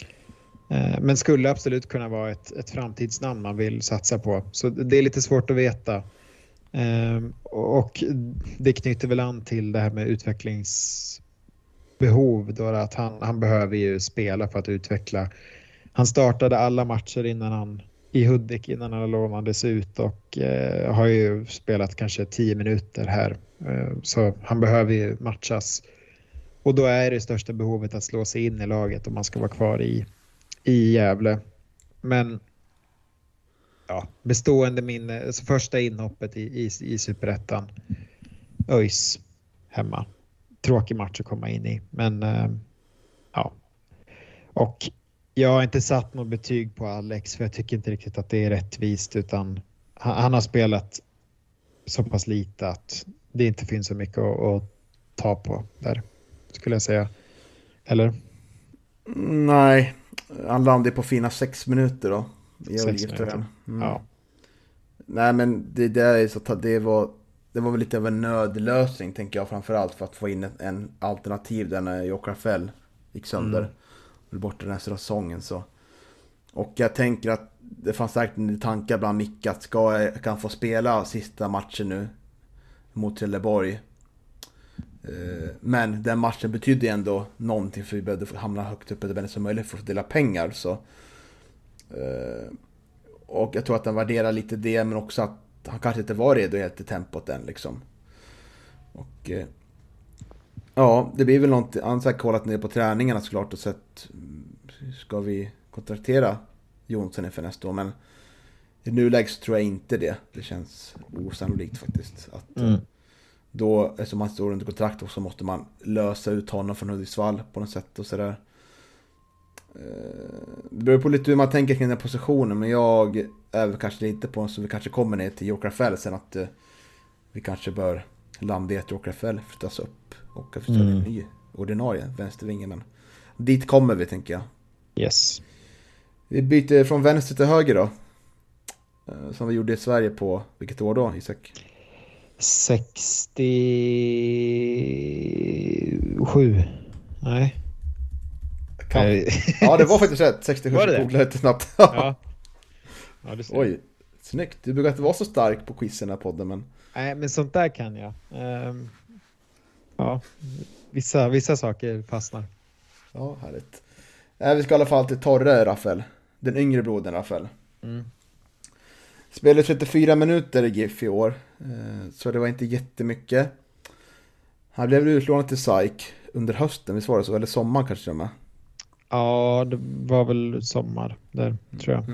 Men skulle absolut kunna vara ett framtidsnamn man vill satsa på. Så det är lite svårt att veta. Och det knyter väl an till det här med behov då, att han behöver ju spela för att utveckla. Han startade alla matcher i Hudik innan han lånades ut och har ju spelat kanske 10 minuter här. Så han behöver ju matchas. Och då är det största behovet att slå sig in i laget om man ska vara kvar i Gävle. Men ja, bestående minne, alltså första inhoppet i Superettan. ÖIS hemma. Tråkig match att komma in i. Men ja. Och jag har inte satt något betyg på Alex, för jag tycker inte riktigt att det är rättvist, utan han har spelat så pass lite att det inte finns så mycket att ta på där, skulle jag säga. Eller? Nej, han landade på fina 6 minuter då. 6 minuter. Ja. Nej, men det är så att det var väl lite av en nödlösning, tänker jag, framförallt för att få in en alternativ där när Jokrafell gick sönder. Borta den här säsongen så. Och jag tänker att det fanns säkert en tanke bland Micke att kan få spela sista matchen nu mot Trelleborg. Men den matchen betydde ändå någonting, för vi behövde hamna högt uppe där som möjligt för att dela pengar så. Och jag tror att han värderar lite det, men också att han kanske inte var redo helt i tempot än liksom. Och ja, det blir väl någonting. Han har kollat ner på träningarna såklart och sett, ska vi kontraktera Jonsson inför nästa år, men i nuläget så tror jag inte det. Det känns osannolikt faktiskt att då, eftersom han står under kontrakt, och så måste man lösa ut honom från Hudiksvall på något sätt och sådär. Det beror på lite hur man tänker kring den positionen, men jag är väl kanske lite på, så vi kanske kommer ner till Jokrafell sen, att vi kanske bör landa i ett Jokrafell flyttas upp och förstå en ny ordinarie vänstervinge, men dit kommer vi, tänker jag. Yes. Vi byter från vänster till höger då, som vi gjorde i Sverige på vilket år då, Isak? 67. Nej. Ja, det var faktiskt rätt. 67. Var det? Googlade lite snabbt. Ja, det ser. Oj, snyggt. Du brukar inte vara så stark på quizen här podden, men... Nej, men sånt där kan jag. Ja, vissa saker fastnar. Ja, härligt. Vi ska i alla fall till Torre Rafael. Den yngre brodern Rafael. Spelade 34 minuter i GIF i år. Så det var inte jättemycket. Han blev utlånad till SAIK under hösten, visst var det så? Eller sommar kanske det med? Ja, det var väl sommar där, tror jag.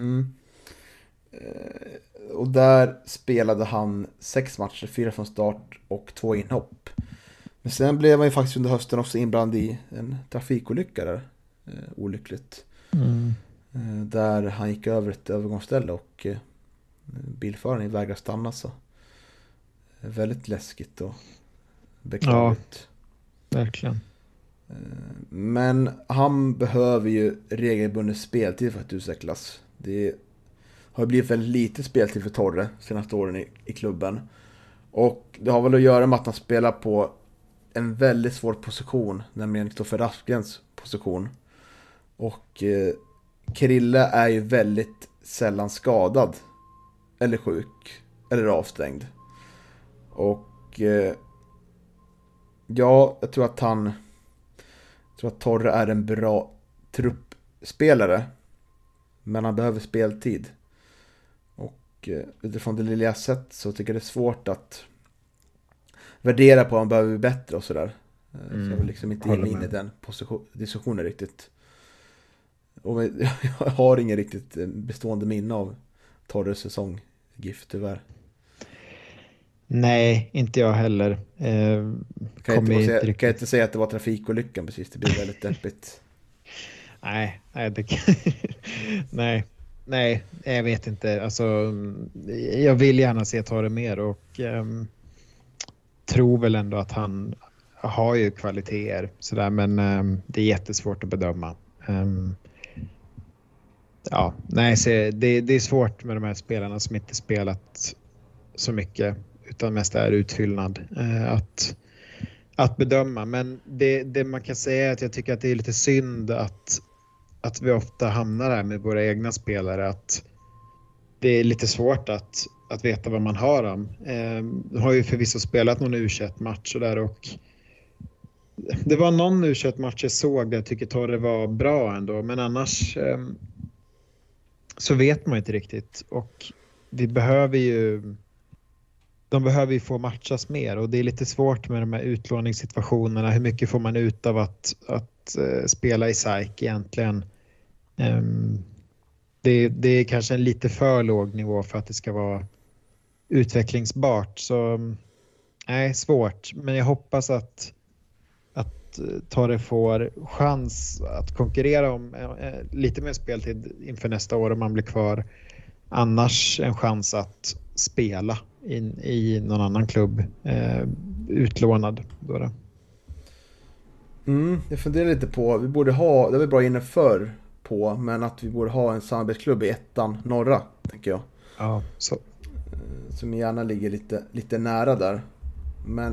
Och där spelade han 6 matcher, 4 från start och 2 inhopp. Men sen blev han ju faktiskt under hösten också inblandad i en trafikolycka där. Olyckligt. Där han gick över ett övergångsställe och bilföraren vägrade stanna, så väldigt läskigt och beklagligt. Ja, verkligen. Men han behöver ju regelbunden speltid för att utvecklas. Det har blivit väldigt lite speltid för Torre senaste åren i klubben. Och det har väl att göra med att han spelar på en väldigt svår position, nämligen Kristoffer Rasklens position. Och Krille är ju väldigt sällan skadad eller sjuk eller avstängd. Och ja, jag tror att Torre är en bra truppspelare, men han behöver speltid. Och utifrån det lilla jag sett så tycker jag det är svårt att värdera på om han behöver bli bättre och sådär. Så jag vill liksom inte ge mig in i den diskussionen riktigt. Och jag har ingen riktigt bestående minne av Torres säsong GIF, tyvärr. Nej, inte jag heller. Kan jag inte säga att det var trafikolyckan precis, det blir väldigt deppigt. Nej, nej, jag vet inte. Alltså, jag vill gärna se Torre mer och tror väl ändå att han har ju kvaliteter sådär, men det är jättesvårt att bedöma. Ja, nej, så det är svårt med de här spelarna som inte spelat så mycket, utan mest är utfyllnad att bedöma. Men det man kan säga är att jag tycker att det är lite synd att vi ofta hamnar här med våra egna spelare, att det är lite svårt att veta vad man har dem. Har ju förvisso spelat någon U21-match och där, och Det var någon U21-match jag såg där jag tycker Torre var bra ändå. Men annars så vet man inte riktigt. Och vi behöver ju... De behöver ju få matchas mer och det är lite svårt med de här utlåningssituationerna. Hur mycket får man ut av att spela i SAIK egentligen? Det är kanske en lite för låg nivå för att det ska vara utvecklingsbart. Så nej, svårt. Men jag hoppas att Torre får chans att konkurrera om lite mer speltid inför nästa år om man blir kvar. Annars en chans att spela i någon annan klubb utlånad då. Jag funderar lite på, vi borde ha, det var bra inne förr på, men att vi borde ha en samarbetsklubb i ettan norra, tänker jag. Ja, så. Som gärna ligger lite nära där. Men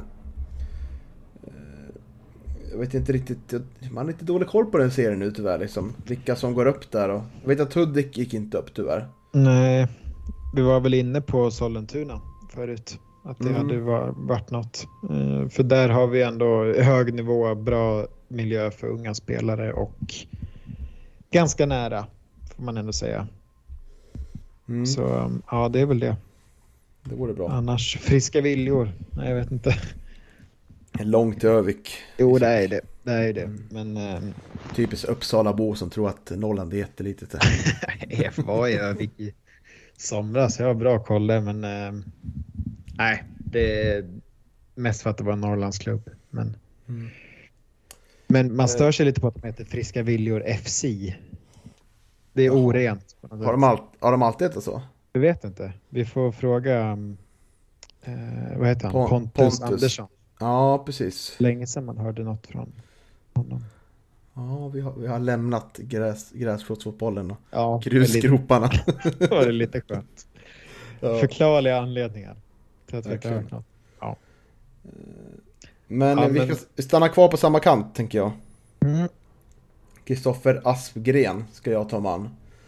jag vet inte riktigt, man har lite dålig koll på den serien nu tyvärr liksom. Vilka som går upp där, och jag vet att Hudik gick inte upp tyvärr. Nej, vi var väl inne på Sollentuna förut. Att det hade varit något. För där har vi ändå hög nivå, bra miljö för unga spelare och ganska nära, får man ändå säga. Så ja, det är väl det. Det vore bra. Annars friska viljor. Nej, jag vet inte. Långt till Övik. Jo, det är det. Det är det. Men typiskt Uppsalabo som tror att Norrland är jättelitet. jag var i Övik i somras. Jag har bra koll där, men nej, det är mest för att det var en Norrlandsklubb. Men man stör sig lite på att de heter Friska Viljor FC. Det är orent. Har de alltid hetat så? Jag vet inte. Vi får fråga vad heter han? Pontus Andersson. Ja, precis. Länge sedan man hörde något från honom. Ja, vi har lämnat gräsfotbollsfotbollen och Ja, grusgroparna. Det var det lite skönt. Ja. Förklarliga anledningar till att vi inte har hört något. Ja. Men vi ska stanna kvar på samma kant, tänker jag. Kristoffer Aspgren ska jag ta man.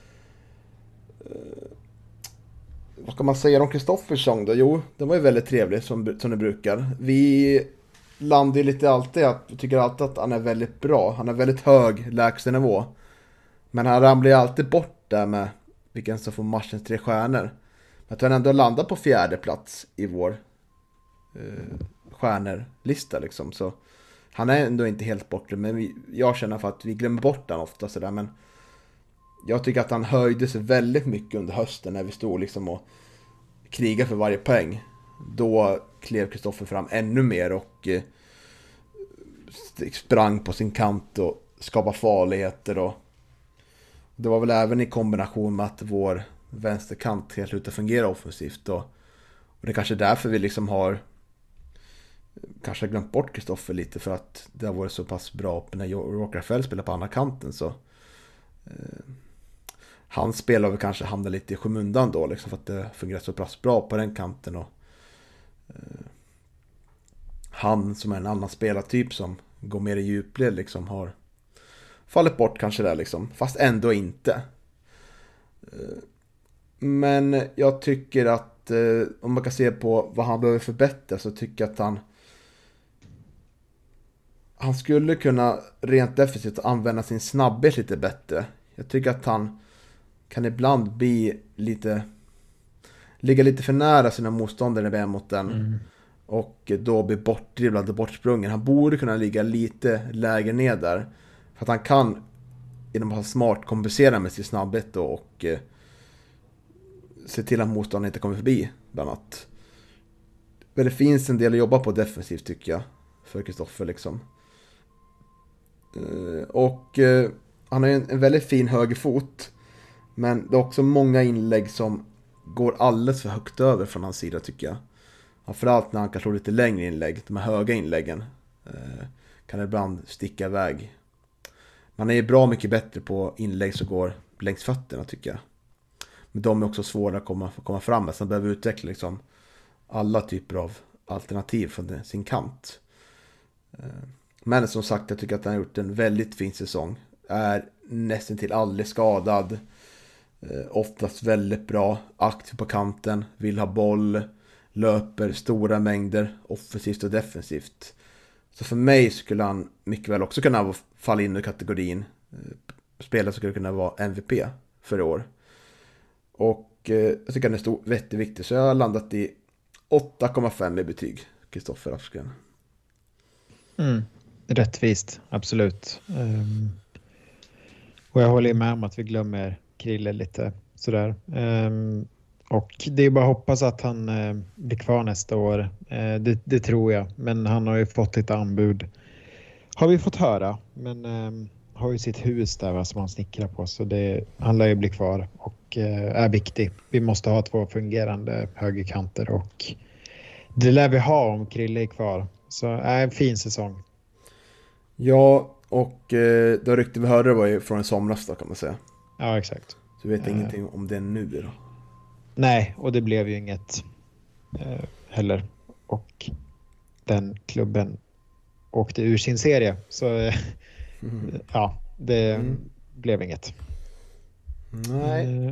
Vad ska man säga om Kristoffers sång då? Jo, den var ju väldigt trevlig som det brukar. Vi landar ju lite alltid att vi tycker alltid att han är väldigt bra. Han är väldigt hög lägstanivå. Men han ramlar ju alltid bort där med vilken som får matchens 3 stjärnor. Jag tror han ändå landar på 4:e plats i vår stjärnorlista liksom. Så han är ändå inte helt borta, men jag känner för att vi glömmer bort den ofta sådär. Men jag tycker att han höjde sig väldigt mycket under hösten när vi stod liksom och krigade för varje poäng. Då klev Kristoffer fram ännu mer och sprang på sin kant och skapade farligheter. Och det var väl även i kombination med att vår vänsterkant helt slutar fungera offensivt. Och det är kanske därför vi liksom har kanske glömt bort Kristoffer lite, för att det har varit så pass bra när Råkarfäll spelar på andra kanten. Så han spelar väl kanske hamnar lite i skymundan då liksom, för att det fungerar så pass bra på den kanten. Och han som är en annan spelartyp som går mer i djupled liksom har fallit bort kanske där liksom, fast ändå inte. Men jag tycker att om man kan se på vad han behöver förbättra, så tycker jag att han skulle kunna rent defensivt använda sin snabbhet lite bättre. Jag tycker att han kan ibland ligga lite för nära sina motståndare när vi är mot den. Och då bli bortdribblad och bortsprungen. Han borde kunna ligga lite lägre ner där. För att han kan genom att ha smart kompensera med sin snabbhet då, och se till att motståndaren inte kommer förbi bland annat. Men det finns en del att jobba på defensivt tycker jag för Kristoffer liksom. Och han har en väldigt fin högerfot, men det är också många inlägg som går alldeles för högt över från hans sida tycker jag. Framförallt när han kan slå lite längre inlägg, de här höga inläggen kan ibland sticka iväg. Man är ju bra mycket bättre på inlägg som går längs fötterna tycker jag. Men de är också svåra att komma fram med, så man behöver utveckla liksom alla typer av alternativ från sin kant. Men som sagt, jag tycker att han har gjort en väldigt fin säsong. Är nästan till aldrig skadad. Oftast väldigt bra. Aktiv på kanten. Vill ha boll. Löper stora mängder. Offensivt och defensivt. Så för mig skulle han mycket väl också kunna falla in i kategorin spelare som skulle kunna vara MVP för i år. Och jag tycker han är vettig viktig. Så jag har landat i 8,5 i betyg. Kristoffer Aspgren. Rättvist, absolut. Och jag håller med om att vi glömmer Krille lite sådär. Och det är bara att hoppas att han blir kvar nästa år. Det tror jag. Men han har ju fått lite anbud. Har vi fått höra. Men har ju sitt hus där som han snickrar på. Så han lär ju bli kvar och är viktig. Vi måste ha 2 fungerande högerkanter. Och det lär vi ha om Krille är kvar. Så en fin säsong. Ja, och det rykte vi hörde var ju från en somras då, kan man säga. Ja, exakt. Så vi vet ingenting om det nu då. Nej, och det blev ju inget heller. Och den klubben åkte ur sin serie. Så ja, det blev inget. Nej.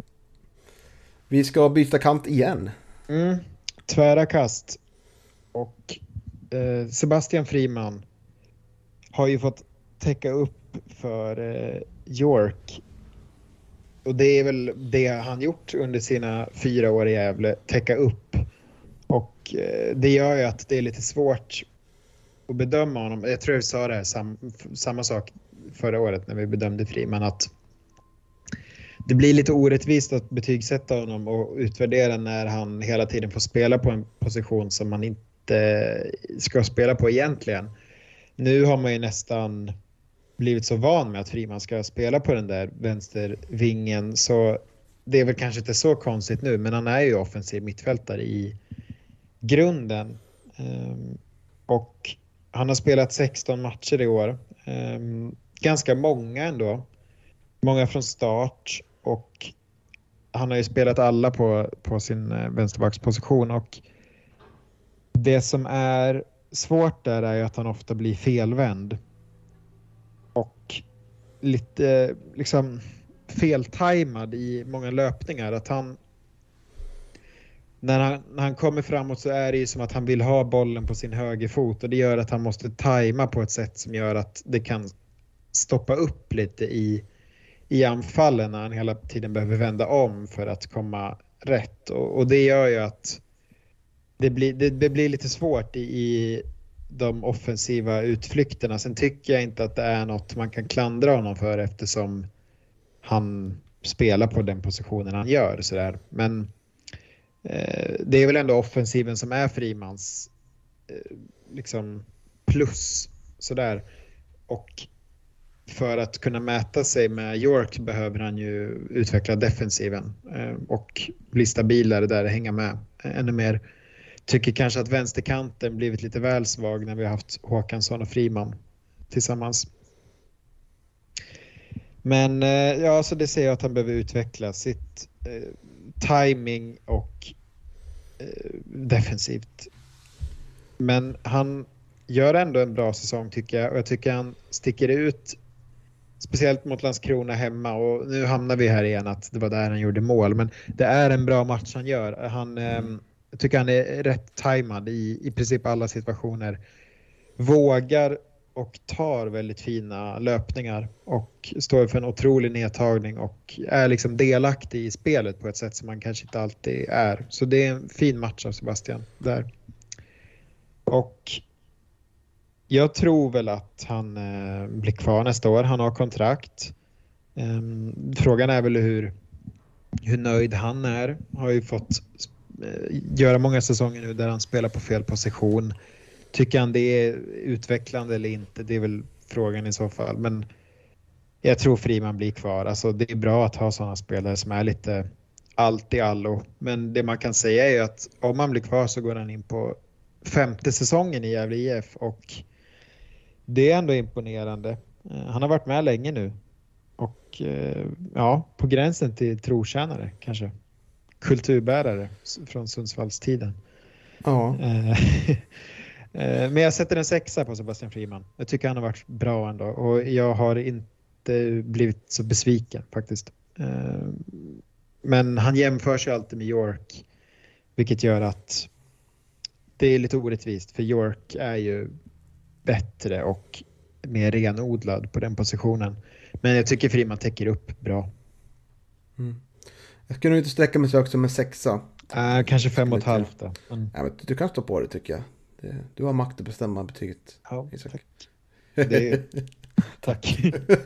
Vi ska byta kant igen. Tvära kast. Och Sebastian Friman har ju fått täcka upp för York. Och det är väl det han gjort under sina 4 år i Gävle, täcka upp. Och det gör ju att det är lite svårt att bedöma honom. Jag tror jag sa det här, samma sak förra året när vi bedömde Friman, att det blir lite orättvist att betygsätta honom och utvärdera när han hela tiden får spela på en position som man inte ska spela på egentligen. Nu har man ju nästan blivit så van med att Friman ska spela på den där vänstervingen, så det är väl kanske inte så konstigt nu, men han är ju offensiv mittfältare i grunden. Och han har spelat 16 matcher i år. Ganska många ändå. Många från start, och han har ju spelat alla på sin vänsterbacksposition, och det som är svårt där är ju att han ofta blir felvänd och lite liksom feltajmad i många löpningar. Att han när han kommer framåt så är det ju som att han vill ha bollen på sin högerfot, och det gör att han måste tajma på ett sätt som gör att det kan stoppa upp lite i anfallen när han hela tiden behöver vända om för att komma rätt. Och det gör ju att det blir lite svårt i de offensiva utflykterna. Sen tycker jag inte att det är något man kan klandra honom för, eftersom han spelar på den positionen han gör. Sådär. Men det är väl ändå offensiven som är Frimans liksom plus. Sådär. Och för att kunna mäta sig med York behöver han ju utveckla defensiven och bli stabilare där, hänga med ännu mer. Tycker kanske att vänsterkanten blivit lite väl svag när vi har haft Håkansson och Friman tillsammans. Men ja, så det ser jag att han behöver utveckla sitt timing och defensivt. Men han gör ändå en bra säsong, tycker jag. Och jag tycker han sticker ut, speciellt mot Landskrona hemma. Och nu hamnar vi här igen att det var där han gjorde mål. Men det är en bra match han gör. Jag tycker han är rätt tajmad i princip alla situationer. Vågar och tar väldigt fina löpningar. Och står för en otrolig nedtagning. Och är liksom delaktig i spelet på ett sätt som man kanske inte alltid är. Så det är en fin match av Sebastian där. Och jag tror väl att han blir kvar nästa år. Han har kontrakt. Frågan är väl hur nöjd han är. Har ju fått göra många säsonger nu där han spelar på fel position. Tycker han det är utvecklande eller inte? Det är väl frågan i så fall. Men jag tror Friman blir kvar. Alltså det är bra att ha sådana spelare som är lite allt i allo. Men det man kan säga är ju att om man blir kvar så går han in på 5:e säsongen i Gävle IF, och det är ändå imponerande. Han har varit med länge nu. Och ja, på gränsen till trotjänare kanske. Kulturbärare från Sundsvallstiden. Ja. Men jag sätter en 6 på Sebastian Friman. Jag tycker han har varit bra ändå. Och jag har inte blivit så besviken faktiskt. Men han jämför sig alltid med York. Vilket gör att det är lite orättvist. För York är ju bättre och mer renodlad på den positionen. Men jag tycker Friman täcker upp bra. Jag skulle nog inte sträcka mig så högt som en 6. Kanske 5,5 då. Men... Ja, men du kan stå på det tycker jag. Du har makt att bestämma betyget. Ja, Isak. tack. Tack.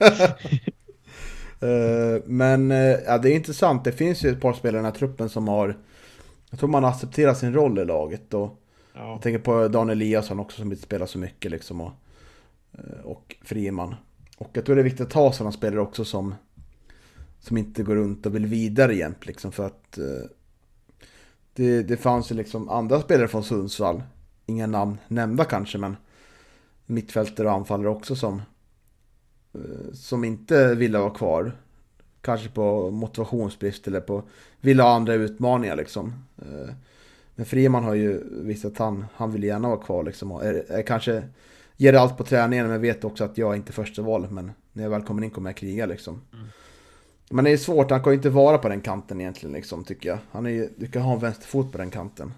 Men ja, det är intressant. Det finns ju ett par spelare i den här truppen som har... Jag tror man har accepterat sin roll i laget. Och jag tänker på Daniel Eliasson också som inte spelar så mycket liksom. Och Friman. Och jag tror det är viktigt att ta sådana spelare också som inte går runt och vill vidare jämt liksom, för att det fanns ju liksom andra spelare från Sundsvall, inga namn nämnda kanske, men mittfältare och anfallare också som inte ville vara kvar, kanske på motivationsbrist eller på ville ha andra utmaningar liksom. Men Friman har ju visat att han vill gärna vara kvar liksom, och är kanske ger allt på träningen, men vet också att jag är inte första val, men när jag väl kommer in kommer jag kriga liksom. Men det är svårt, han kan ju inte vara på den kanten egentligen liksom, tycker jag. Du kan ha en vänsterfot på den kanten.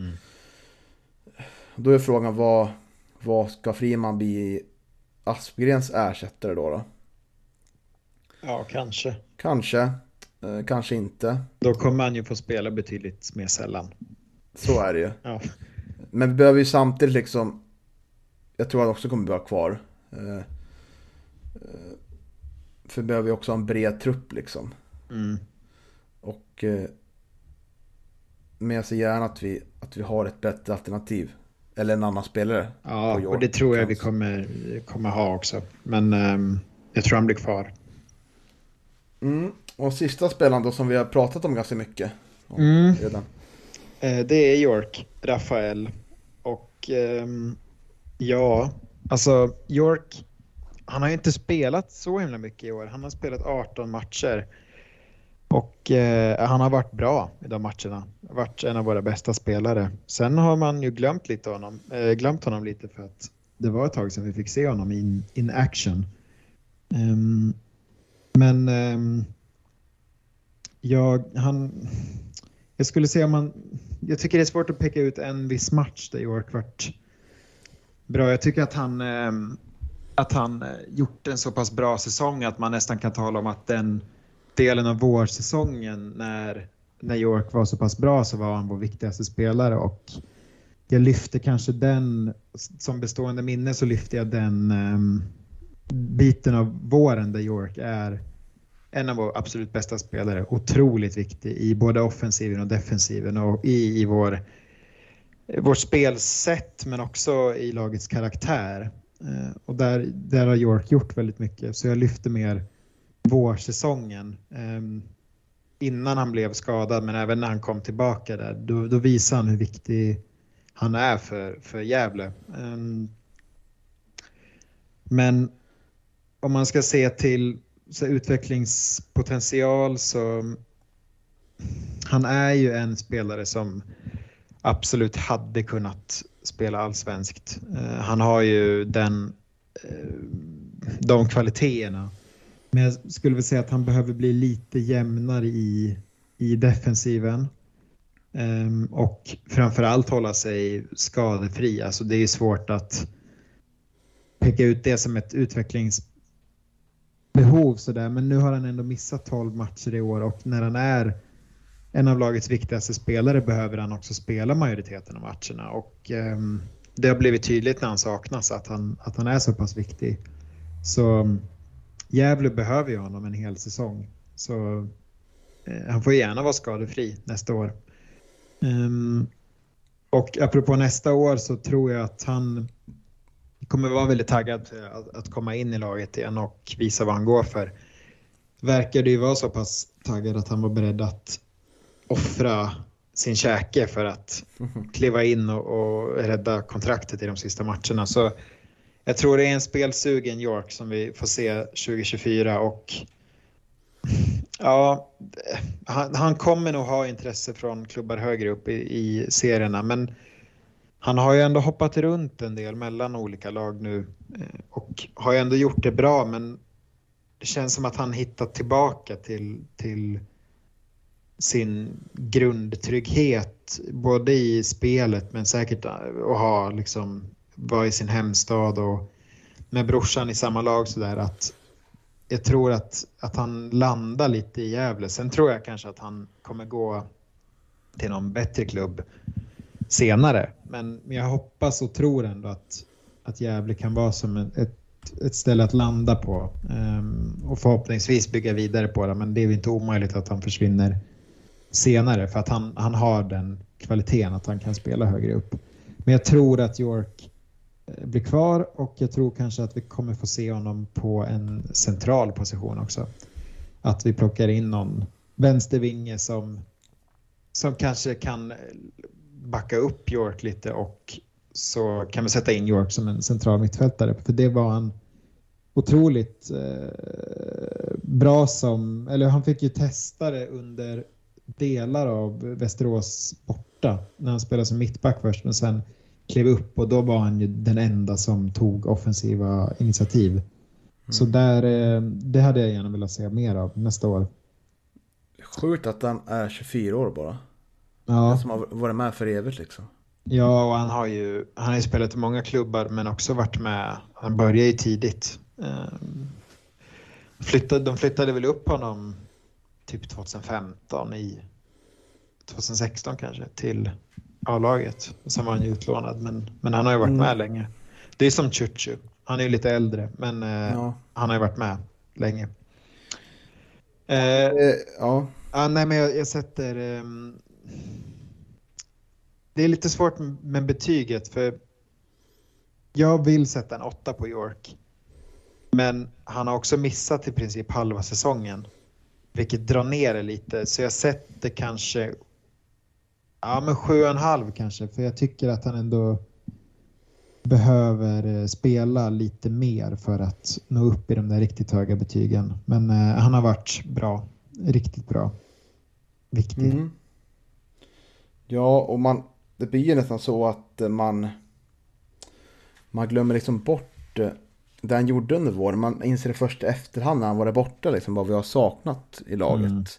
Då är frågan, vad ska Friman bli Aspergrens ersättare då? Ja, kanske. Kanske inte. Då kommer han ju få spela betydligt mer sällan. Så är det ju. Ja. Men vi behöver ju samtidigt liksom, jag tror att han också kommer vara kvar. För vi behöver ju också ha en bred trupp liksom. Och men jag ser gärna att vi har ett bättre alternativ. Eller en annan spelare. Ja, och det tror jag vi kommer ha också. Men jag tror han blir kvar. Och sista spelaren då som vi har pratat om ganska mycket redan. Det är York, Rafael. Och ja, alltså York, han har ju inte spelat så himla mycket i år. Han har spelat 18 matcher. Och han har varit bra i de matcherna. Varit en av våra bästa spelare. Sen har man ju glömt honom lite för att det var ett tag sedan vi fick se honom in action. Men jag skulle säga jag tycker det är svårt att peka ut en viss match där York varit bra. Jag tycker att han gjort en så pass bra säsong att man nästan kan tala om att den delen av vårsäsongen när York var så pass bra så var han vår viktigaste spelare, och jag lyfte kanske den som bestående minne, så lyfte jag den biten av våren där York är en av våra absolut bästa spelare, otroligt viktig i både offensiven och defensiven och i vårt spelsätt, men också i lagets karaktär. Och där har York gjort väldigt mycket, så jag lyfter mer vårsäsongen innan han blev skadad, men även när han kom tillbaka där, då visar han hur viktig han är för Gävle. Men om man ska se till utvecklingspotential, så han är ju en spelare som absolut hade kunnat spela allsvenskt. Han har ju de kvaliteterna. Men jag skulle väl säga att han behöver bli lite jämnare i defensiven. Och framförallt hålla sig skadefri. Alltså det är svårt att peka ut det som ett utvecklingsbehov sådär. Men nu har han ändå missat 12 matcher i år, och när han är en av lagets viktigaste spelare behöver han också spela majoriteten av matcherna. Och det har blivit tydligt när han saknas att han är så pass viktig. Så Gävle behöver ju honom en hel säsong. Så han får gärna vara skadefri nästa år. Och apropå nästa år, så tror jag att han kommer vara väldigt taggad att komma in i laget igen och visa vad han går för. Verkar det ju vara så pass taggad att han var beredd att offra sin käke för att kliva in och rädda kontraktet i de sista matcherna. Så jag tror det är en spelsugen York som vi får se 2024, och ja, han kommer nog ha intresse från klubbar högre upp i serierna, men han har ju ändå hoppat runt en del mellan olika lag nu och har ju ändå gjort det bra, men det känns som att han hittat tillbaka till sin grundtrygghet både i spelet, men säkert att ha liksom var i sin hemstad och med brorsan i samma lag så där, att jag tror att han landar lite i Gävle. Sen tror jag kanske att han kommer gå till någon bättre klubb senare. Men jag hoppas och tror ändå att Gävle kan vara som ett ställe att landa på. Och förhoppningsvis bygga vidare på det. Men det är ju inte omöjligt att han försvinner senare. För att han har den kvaliteten att han kan spela högre upp. Men jag tror att York blir kvar och jag tror kanske att vi kommer få se honom på en central position också. Att vi plockar in någon vänstervinge som kanske kan backa upp York lite och så kan vi sätta in York som en central mittfältare. För det var han otroligt bra som, eller han fick ju testa det under delar av Västerås borta när han spelade som mittback först men sen klev upp och då var han ju den enda som tog offensiva initiativ. Så det hade jag gärna velat se mer av nästa år. Sjukt att han är 24 år bara. Ja. Som har varit med för evigt liksom. Ja, och han har ju spelat i många klubbar men också varit med. Han började ju tidigt. De flyttade väl upp honom typ 2016 kanske till A-laget. Sen var han ju utlånad men han har ju varit med länge. Det är som Chuchu. Han är ju lite äldre men han har ju varit med länge. Nej men jag sätter det är lite svårt med betyget för jag vill sätta en 8 på York. Men han har också missat i princip halva säsongen. Vilket drar ner det lite. Så jag sätter kanske 7,5 kanske. För jag tycker att han ändå behöver spela lite mer för att nå upp i de där riktigt höga betygen. Men han har varit bra. Riktigt bra. Viktig. Ja, och det blir ju nästan så att man glömmer liksom bort det han gjorde under våren. Man inser det först efterhand när han var borta liksom, vad vi har saknat i laget.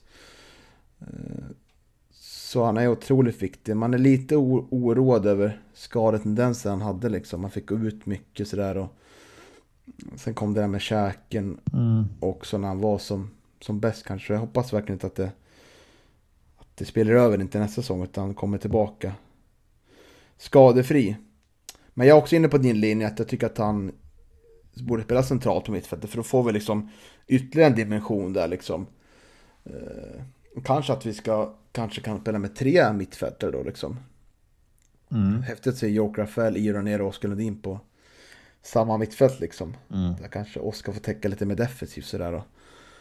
Så han är otroligt viktig. Man är lite oroad över skadetendensen han hade liksom. Man fick gå ut mycket sådär och sen kom det där med käken också när han var som bäst kanske. Jag hoppas verkligen inte att det spelar över inte nästa säsong utan han kommer tillbaka skadefri. Men jag är också inne på din linje att jag tycker att han borde spela centralt på mittfältet för då får vi liksom ytterligare en dimension där liksom. Kanske att vi kanske kan spela med 3 mittfältare då liksom. Häftigt att se York Rafael, Iron och Oskar Lundin på samma mittfält liksom. Där kanske Oskar får täcka lite mer defensivt sådär då.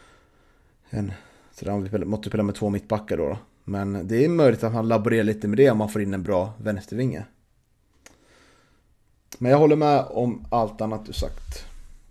Så där vi måste spela med 2 mittbackar då. Men det är möjligt att han laborerar lite med det om man får in en bra vänstervinge. Men jag håller med om allt annat du sagt.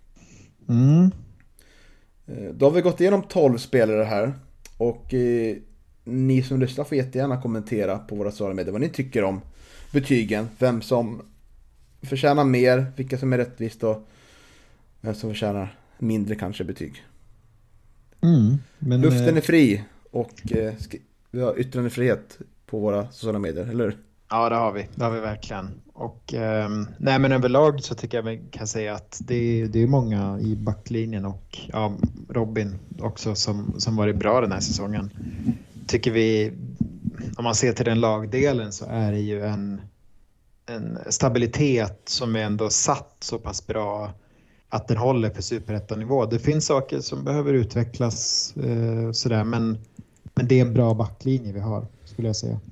Då har vi gått igenom 12 spelare här. Och ni som lyssnar får jättegärna kommentera på våra sociala medier vad ni tycker om betygen. Vem som förtjänar mer, vilka som är rättvist och vem som förtjänar mindre kanske betyg. Men, luften är fri och vi har yttrandefrihet på våra sociala medier, eller hur? Ja, det har vi verkligen. Och nej, men överlag så tycker jag vi kan säga att det är många i backlinjen och Robin också som varit bra den här säsongen. Tycker vi, om man ser till den lagdelen så är det ju en stabilitet som är ändå satt så pass bra att den håller på superettanivå. Det finns saker som behöver utvecklas sådär, men det är en bra backlinje vi har, skulle jag säga.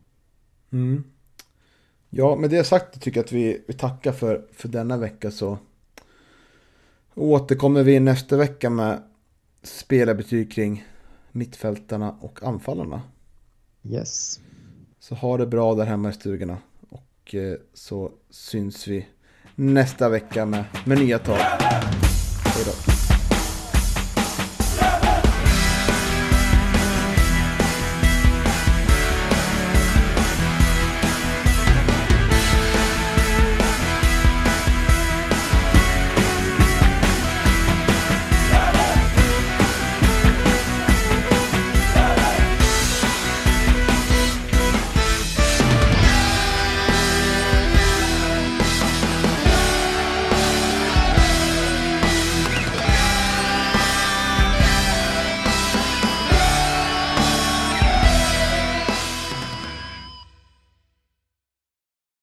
Ja, med det sagt tycker jag att vi tackar för denna vecka, så återkommer vi nästa vecka med spelarbetyg kring mittfältarna och anfallarna. Yes. Så ha det bra där hemma i stugorna och så syns vi nästa vecka med nya tag. Hej då.